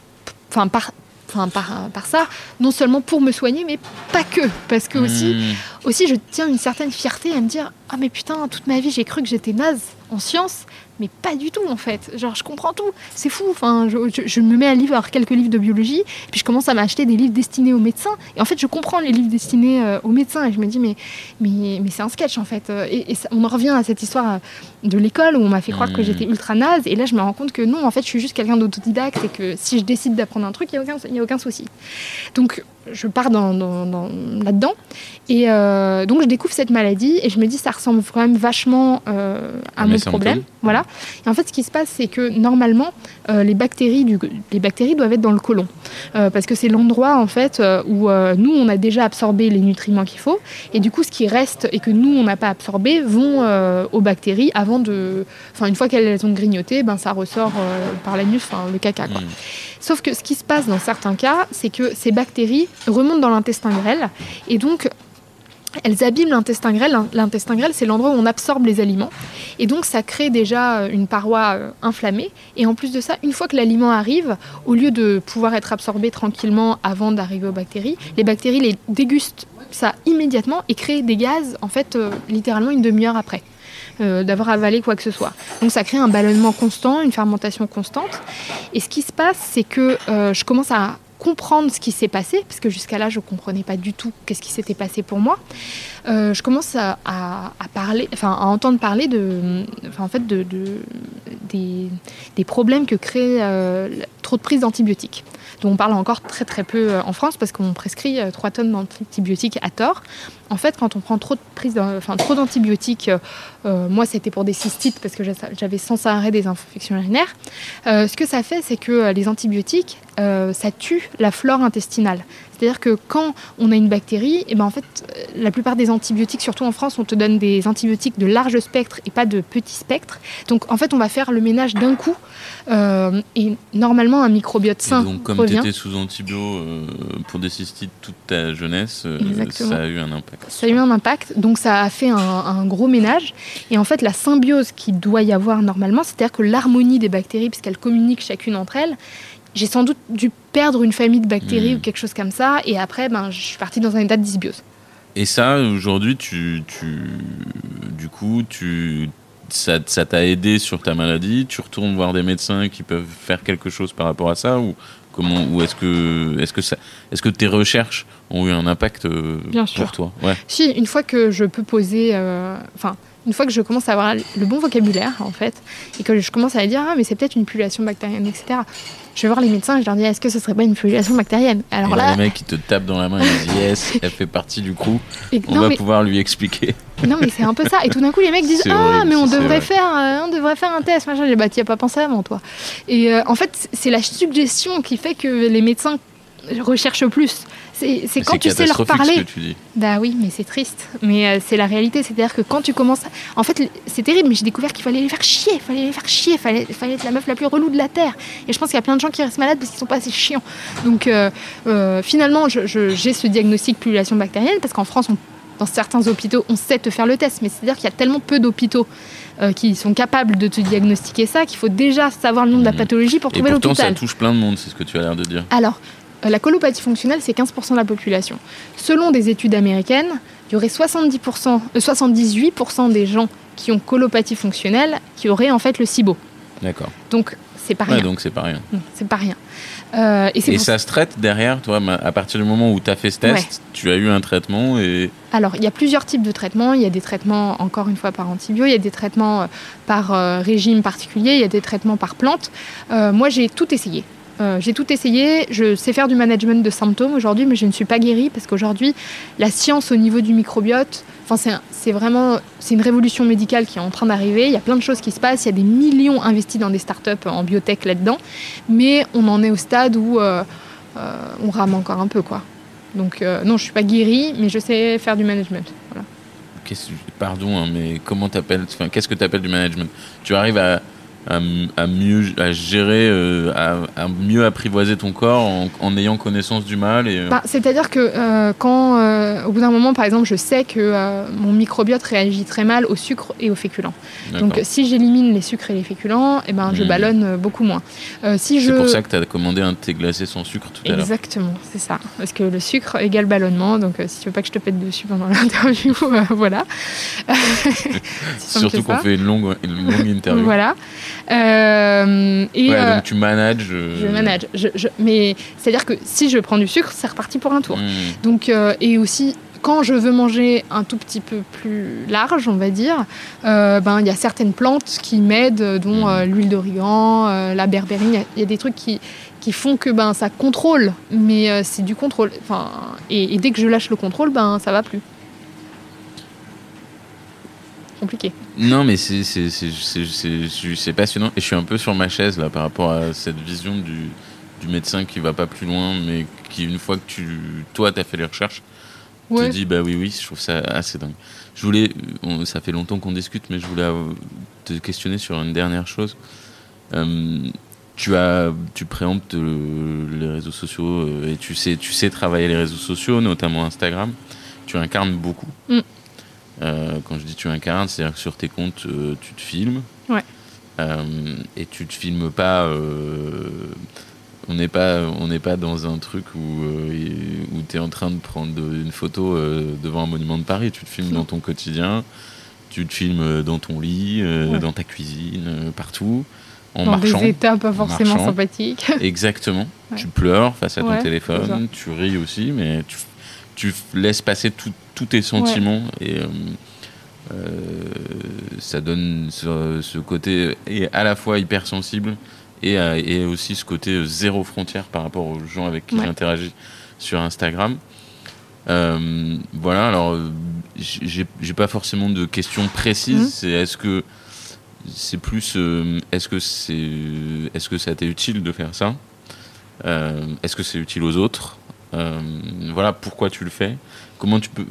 par ça, non seulement pour me soigner, mais pas que. Parce que aussi, je tiens une certaine fierté à me dire, mais putain, toute ma vie, j'ai cru que j'étais naze en sciences. Mais pas du tout en fait, genre je comprends tout, c'est fou, je me mets à lire quelques livres de biologie, et puis je commence à m'acheter des livres destinés aux médecins, et en fait je comprends les livres destinés aux médecins, et je me dis mais c'est un sketch en fait, et on en revient à cette histoire de l'école où on m'a fait croire que j'étais ultra naze, et là je me rends compte que non, en fait je suis juste quelqu'un d'autodidacte, et que si je décide d'apprendre un truc, il n'y a aucun souci. Donc je pars là-dedans, et donc je découvre cette maladie, et je me dis ça ressemble quand même vachement à mon problème, voilà. Et en fait, ce qui se passe, c'est que normalement, les bactéries doivent être dans le côlon, parce que c'est l'endroit en fait où nous on a déjà absorbé les nutriments qu'il faut, et du coup, ce qui reste et que nous on n'a pas absorbé vont aux bactéries une fois qu'elles ont grignoté, ça ressort par l'anus, le caca quoi. Sauf que ce qui se passe dans certains cas, c'est que ces bactéries remontent dans l'intestin grêle, et donc elles abîment l'intestin grêle. L'intestin grêle, c'est l'endroit où on absorbe les aliments. Et donc, ça crée déjà une paroi inflammée. Et en plus de ça, une fois que l'aliment arrive, au lieu de pouvoir être absorbé tranquillement avant d'arriver aux bactéries, les bactéries les dégustent ça immédiatement et créent des gaz, en fait, littéralement une demi-heure après d'avoir avalé quoi que ce soit. Donc, ça crée un ballonnement constant, une fermentation constante. Et ce qui se passe, c'est que je commence à comprendre ce qui s'est passé, parce que jusqu'à là, je ne comprenais pas du tout qu'est-ce qui s'était passé pour moi. Je commence à entendre parler des problèmes que crée trop de prise d'antibiotiques, dont on parle encore très très peu en France, parce qu'on prescrit 3 tonnes d'antibiotiques à tort. En fait, quand on prend trop d'antibiotiques, moi c'était pour des cystites, parce que j'avais sans arrêt des infections urinaires, ce que ça fait, c'est que les antibiotiques, ça tue la flore intestinale. C'est-à-dire que quand on a une bactérie, en fait, la plupart des antibiotiques, surtout en France, on te donne des antibiotiques de large spectre et pas de petit spectre. Donc, en fait, on va faire le ménage d'un coup. Et normalement, un microbiote sain revient. Donc, comme tu étais sous antibio pour des cystites toute ta jeunesse, ça a eu un impact. Ça a eu un impact. Donc, ça a fait un gros ménage. Et en fait, la symbiose qu'il doit y avoir normalement, c'est-à-dire que l'harmonie des bactéries, puisqu'elles communiquent chacune entre elles, j'ai sans doute dû perdre une famille de bactéries ou quelque chose comme ça, et après, je suis partie dans un état de dysbiose. Et ça, aujourd'hui, ça t'a aidé sur ta maladie? Tu retournes voir des médecins qui peuvent faire quelque chose par rapport à ça, ou est-ce que tes recherches ont eu un impact pour toi? Ouais. Si, une fois que je peux poser, une fois que je commence à avoir le bon vocabulaire, en fait, et que je commence à dire, mais c'est peut-être une pullulation bactérienne, etc. Je vais voir les médecins et je leur dis, est-ce que ce serait pas une pullulation bactérienne? Alors là, les mecs qui te tapent dans la main, ils disent, yes, elle fait partie du crew. On va pouvoir lui expliquer. Non, mais c'est un peu ça. Et tout d'un coup, les mecs disent, mais on devrait faire un test. Machin. Je dis, tu n'y as pas pensé avant, toi. Et en fait, c'est la suggestion qui fait que les médecins recherchent plus. C'est quand tu sais leur parler. Ce que tu dis. Bah oui, mais c'est triste. Mais c'est la réalité. C'est-à-dire que quand tu commences... En fait, c'est terrible, mais j'ai découvert qu'il fallait les faire chier. Il fallait être la meuf la plus relou de la Terre. Et je pense qu'il y a plein de gens qui restent malades parce qu'ils sont pas assez chiants. Donc finalement, j'ai ce diagnostic pullulation bactérienne parce qu'en France, dans certains hôpitaux, on sait te faire le test. Mais c'est-à-dire qu'il y a tellement peu d'hôpitaux qui sont capables de te diagnostiquer ça qu'il faut déjà savoir le nom de la pathologie pour trouver l'hôpital. Et pourtant, ça touche plein de monde, c'est ce que tu as l'air de dire. Alors, la colopathie fonctionnelle, c'est 15% de la population. Selon des études américaines, il y aurait 78% des gens qui ont colopathie fonctionnelle qui auraient en fait le SIBO. D'accord. Donc, c'est pas rien. Ouais, donc c'est pas rien. C'est pas rien. Et ça se traite derrière, toi, à partir du moment où tu as fait ce test, tu as eu un traitement et... Alors, il y a plusieurs types de traitements. Il y a des traitements, encore une fois, par antibio. Il y a des traitements par régime particulier. Il y a des traitements par plante. Moi, j'ai tout essayé. Je sais faire du management de symptômes aujourd'hui, mais je ne suis pas guérie parce qu'aujourd'hui, la science au niveau du microbiote, c'est une révolution médicale qui est en train d'arriver. Il y a plein de choses qui se passent. Il y a des millions investis dans des startups en biotech là-dedans, mais on en est au stade où on rame encore un peu, quoi. Donc non, je suis pas guérie, mais je sais faire du management. Voilà. Pardon, mais qu'est-ce que tu appelles du management ? Tu arrives à gérer, à mieux apprivoiser ton corps en ayant connaissance du mal c'est-à-dire que quand, au bout d'un moment, par exemple, je sais que mon microbiote réagit très mal au sucre et aux féculents. D'accord. Donc, si j'élimine les sucres et les féculents, je ballonne beaucoup moins. C'est pour ça que tu as commandé un thé glacé sans sucre tout à l'heure. Exactement, c'est ça. Parce que le sucre égale ballonnement. Donc, si tu veux pas que je te pète dessus pendant l'interview, voilà. Surtout qu'on fait une longue interview. Voilà. Donc tu manages. Je manage. Mais c'est-à-dire que si je prends du sucre, c'est reparti pour un tour. Donc, et aussi, quand je veux manger un tout petit peu plus large, on va dire, y a certaines plantes qui m'aident, dont l'huile d'origan, la berbérine. Il y a des trucs qui font que ça contrôle, mais c'est du contrôle. Et dès que je lâche le contrôle, ça va plus. Compliqué. Non, mais c'est passionnant et je suis un peu sur ma chaise là par rapport à cette vision du médecin qui va pas plus loin, mais qui, une fois que toi t'as fait les recherches, te dit oui, je trouve ça assez dingue. Ça fait longtemps qu'on discute, mais je voulais te questionner sur une dernière chose. Tu préemptes les réseaux sociaux et tu sais travailler les réseaux sociaux, notamment Instagram. Tu incarnes beaucoup. Quand je dis tu incarnes, c'est-à-dire que sur tes comptes, tu te filmes. Ouais. Et tu te filmes pas. On n'est pas dans un truc où tu es en train de prendre une photo devant un monument de Paris. Tu te filmes dans ton quotidien. Tu te filmes dans ton lit, dans ta cuisine, partout. En marchant. Dans des états pas forcément sympathiques. Exactement. Ouais. Tu pleures face à ton téléphone. Tu ris aussi, mais tu laisses passer tous tes sentiments et ça donne ce côté et à la fois hypersensible et aussi ce côté zéro frontière par rapport aux gens avec qui j'interagis sur Instagram. Voilà, alors j'ai pas forcément de questions précises. C'est est-ce que ça t'est utile de faire ça ? Est-ce que c'est utile aux autres ? Voilà, pourquoi tu le fais ? Comment tu peux...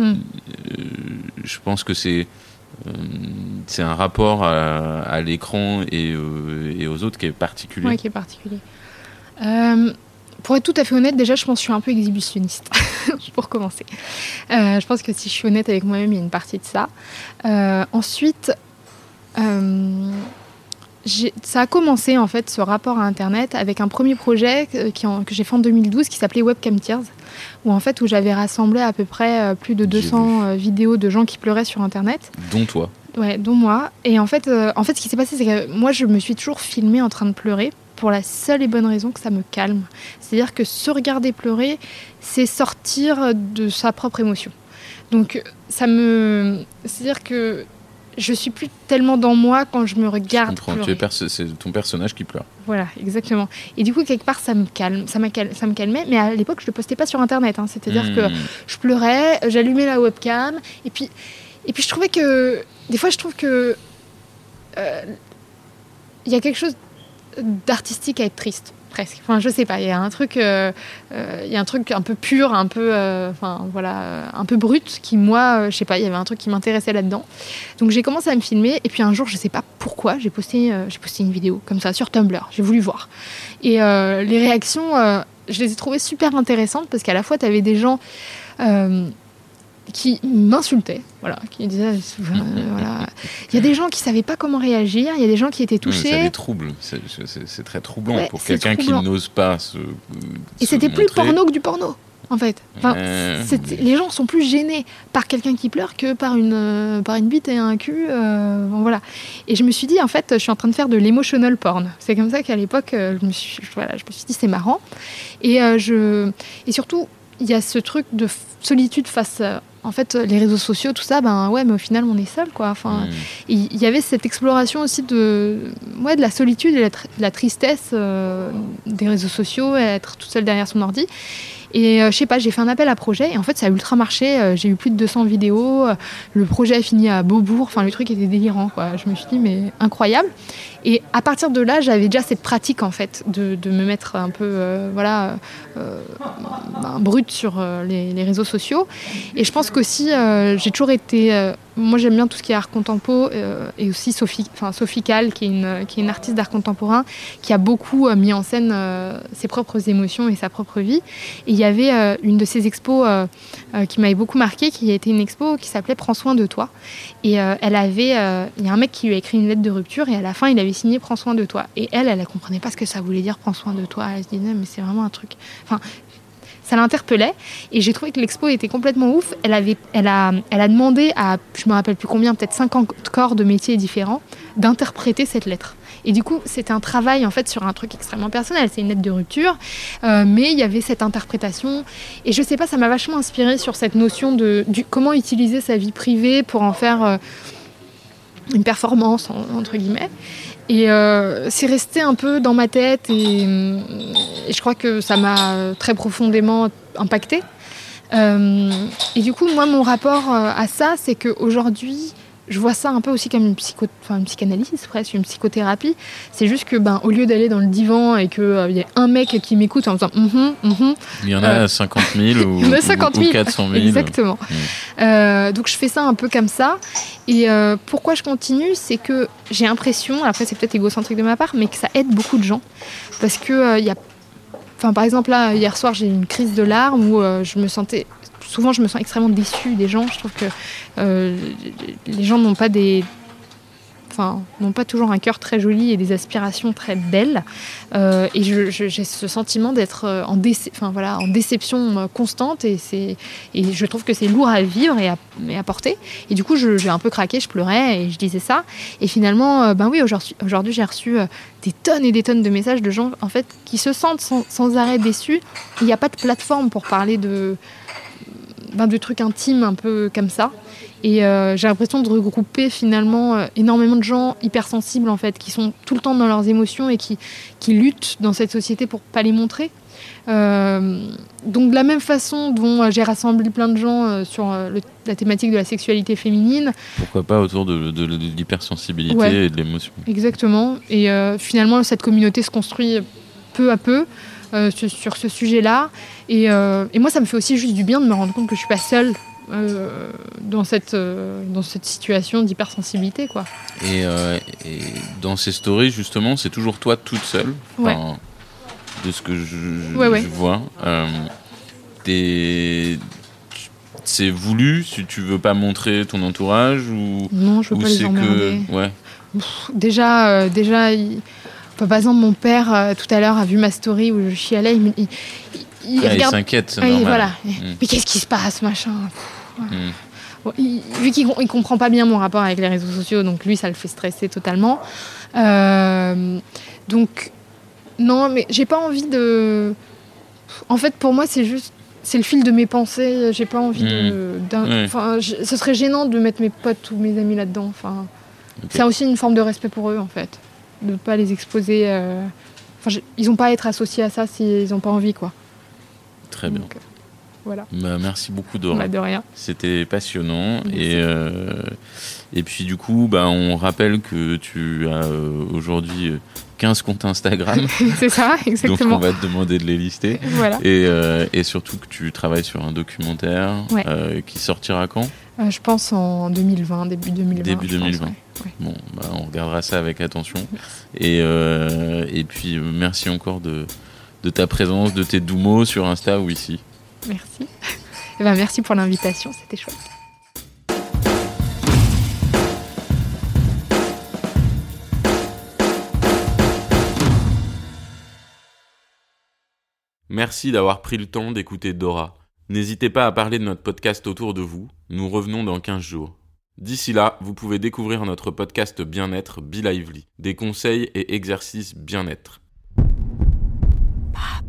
je pense que c'est un rapport à l'écran et aux autres qui est particulier. Oui, qui est particulier. Pour être tout à fait honnête, déjà, je pense que je suis un peu exhibitionniste, pour commencer. Je pense que si je suis honnête avec moi-même, il y a une partie de ça. Ensuite... ça a commencé en fait ce rapport à Internet avec un premier projet que j'ai fait en 2012 qui s'appelait Webcam Tears, où j'avais rassemblé à peu près plus de 200 vidéos de gens qui pleuraient sur Internet. Dont toi. Ouais, dont moi. Et en fait, ce qui s'est passé, c'est que moi, je me suis toujours filmée en train de pleurer pour la seule et bonne raison que ça me calme. C'est-à-dire que se regarder pleurer, c'est sortir de sa propre émotion. Donc, c'est-à-dire que je suis plus tellement dans moi quand je me regarde pleurer. C'est ton personnage qui pleure. Voilà, exactement. Et du coup, quelque part, ça me calmait. Mais à l'époque, je le postais pas sur Internet. C'est-à-dire que je pleurais, j'allumais la webcam. Et puis je trouvais que... Des fois, je trouve que... il y a quelque chose d'artistique à être triste. presque. Enfin, je sais pas, il y a un truc un peu pur, un peu un peu brut qui, moi, je sais pas, il y avait un truc qui m'intéressait là-dedans. Donc j'ai commencé à me filmer et puis un jour, je sais pas pourquoi, j'ai posté une vidéo comme ça sur Tumblr. J'ai voulu voir. Et les réactions, je les ai trouvées super intéressantes parce qu'à la fois, tu avais des gens qui m'insultaient, voilà, qui disaient voilà. Il y a des gens qui savaient pas comment réagir, il y a des gens qui étaient touchés. Ça les trouble, c'est très troublant pour quelqu'un qui n'ose pas se Et c'était montrer. plus porno que du porno, en fait. Enfin, les gens sont plus gênés par quelqu'un qui pleure que par une bite et un cul, voilà. Et je me suis dit, en fait, je suis en train de faire de l'emotional porn. C'est comme ça qu'à l'époque, je me suis dit, c'est marrant. Et surtout, il y a ce truc de solitude face en fait, les réseaux sociaux, tout ça, mais au final, on est seul, quoi. Enfin, il y avait cette exploration aussi de la solitude et de la tristesse des réseaux sociaux, être toute seule derrière son ordi. Et je sais pas, j'ai fait un appel à projet et en fait ça a ultra marché, j'ai eu plus de 200 vidéos, le projet a fini à Beaubourg, enfin le truc était délirant, quoi. Je me suis dit mais incroyable. Et à partir de là, j'avais déjà cette pratique en fait de me mettre un peu brute sur les réseaux sociaux. Et je pense qu'aussi j'ai toujours été moi j'aime bien tout ce qui est art contempo et aussi Sophie Calle qui est une artiste d'art contemporain qui a beaucoup mis en scène ses propres émotions et sa propre vie. Et il y avait une de ces expos qui m'avait beaucoup marquée, qui a été une expo qui s'appelait Prends soin de toi. Et il y a un mec qui lui a écrit une lettre de rupture et à la fin il avait signé Prends soin de toi. Et elle comprenait pas ce que ça voulait dire Prends soin de toi. Elle se disait mais c'est vraiment un truc. Enfin, ça l'interpellait et j'ai trouvé que l'expo était complètement ouf. Elle a demandé à, je me rappelle plus combien, peut-être 50 corps de métiers différents, d'interpréter cette lettre. Et du coup, c'était un travail en fait sur un truc extrêmement personnel. C'est une lettre de rupture, mais il y avait cette interprétation. Et je sais pas, ça m'a vachement inspirée sur cette notion de comment utiliser sa vie privée pour en faire une performance entre guillemets. Et c'est resté un peu dans ma tête et je crois que ça m'a très profondément impactée. Et du coup, moi, mon rapport à ça, c'est qu'aujourd'hui, je vois ça un peu aussi comme une psychanalyse, presque une psychothérapie. C'est juste que, au lieu d'aller dans le divan et qu'il y ait un mec qui m'écoute en disant il y en a 50 000 ou 400 000. Exactement. Donc je fais ça un peu comme ça. Et pourquoi je continue, c'est que j'ai l'impression, après c'est peut-être égocentrique de ma part, mais que ça aide beaucoup de gens. Parce que par exemple, là, hier soir, j'ai eu une crise de larmes où souvent, je me sens extrêmement déçue des gens. Je trouve que les gens n'ont pas toujours un cœur très joli et des aspirations très belles. Et j'ai ce sentiment d'être en déception constante. Et je trouve que c'est lourd à vivre et à porter. Et du coup, j'ai un peu craqué, je pleurais et je disais ça. Et finalement, oui, aujourd'hui, j'ai reçu des tonnes et des tonnes de messages de gens en fait, qui se sentent sans arrêt déçus. Il n'y a pas de plateforme pour parler de trucs intimes un peu comme ça. Et j'ai l'impression de regrouper finalement énormément de gens hypersensibles en fait, qui sont tout le temps dans leurs émotions et qui luttent dans cette société pour pas les montrer. Donc de la même façon dont j'ai rassemblé plein de gens sur la thématique de la sexualité féminine. Pourquoi pas autour de l'hypersensibilité et de l'émotion. Exactement. Et finalement cette communauté se construit peu à peu. Sur ce sujet-là. Et moi, ça me fait aussi juste du bien de me rendre compte que je suis pas seule dans cette situation d'hypersensibilité, quoi. Et dans ces stories, justement, c'est toujours toi toute seule, de ce que je vois. C'est voulu, si tu veux pas montrer ton entourage ou non, je veux pas les emmerder. Déjà, par exemple, mon père, tout à l'heure, a vu ma story où je chialais. Il regarde... Il s'inquiète, c'est normal. Voilà. Mais qu'est-ce qui se passe, machin. Bon, vu qu'il ne comprend pas bien mon rapport avec les réseaux sociaux, donc lui, ça le fait stresser totalement. Donc, non, mais j'ai pas envie de... En fait, pour moi, c'est le fil de mes pensées. J'ai pas envie ce serait gênant de mettre mes potes ou mes amis là-dedans. C'est aussi une forme de respect pour eux, en fait. De ne pas les exposer. Ils n'ont pas à être associés à ça s'ils n'ont pas envie, quoi. Très bien. Voilà. Merci beaucoup, Dora. De rien. C'était passionnant. Et puis du coup, on rappelle que tu as aujourd'hui 15 comptes Instagram. C'est ça, exactement. Donc on va te demander de les lister. Voilà. Et surtout que tu travailles sur un documentaire qui sortira quand ? Je pense en 2020, début 2020. Début 2020. Ouais. Bon, on regardera ça avec attention. Et puis merci encore de ta présence, de tes doux mots sur Insta ou ici. Merci. Merci pour l'invitation, c'était chouette. Merci d'avoir pris le temps d'écouter Dora. N'hésitez pas à parler de notre podcast autour de vous. Nous revenons dans 15 jours. D'ici là, vous pouvez découvrir notre podcast Bien-être Be Lively, des conseils et exercices bien-être.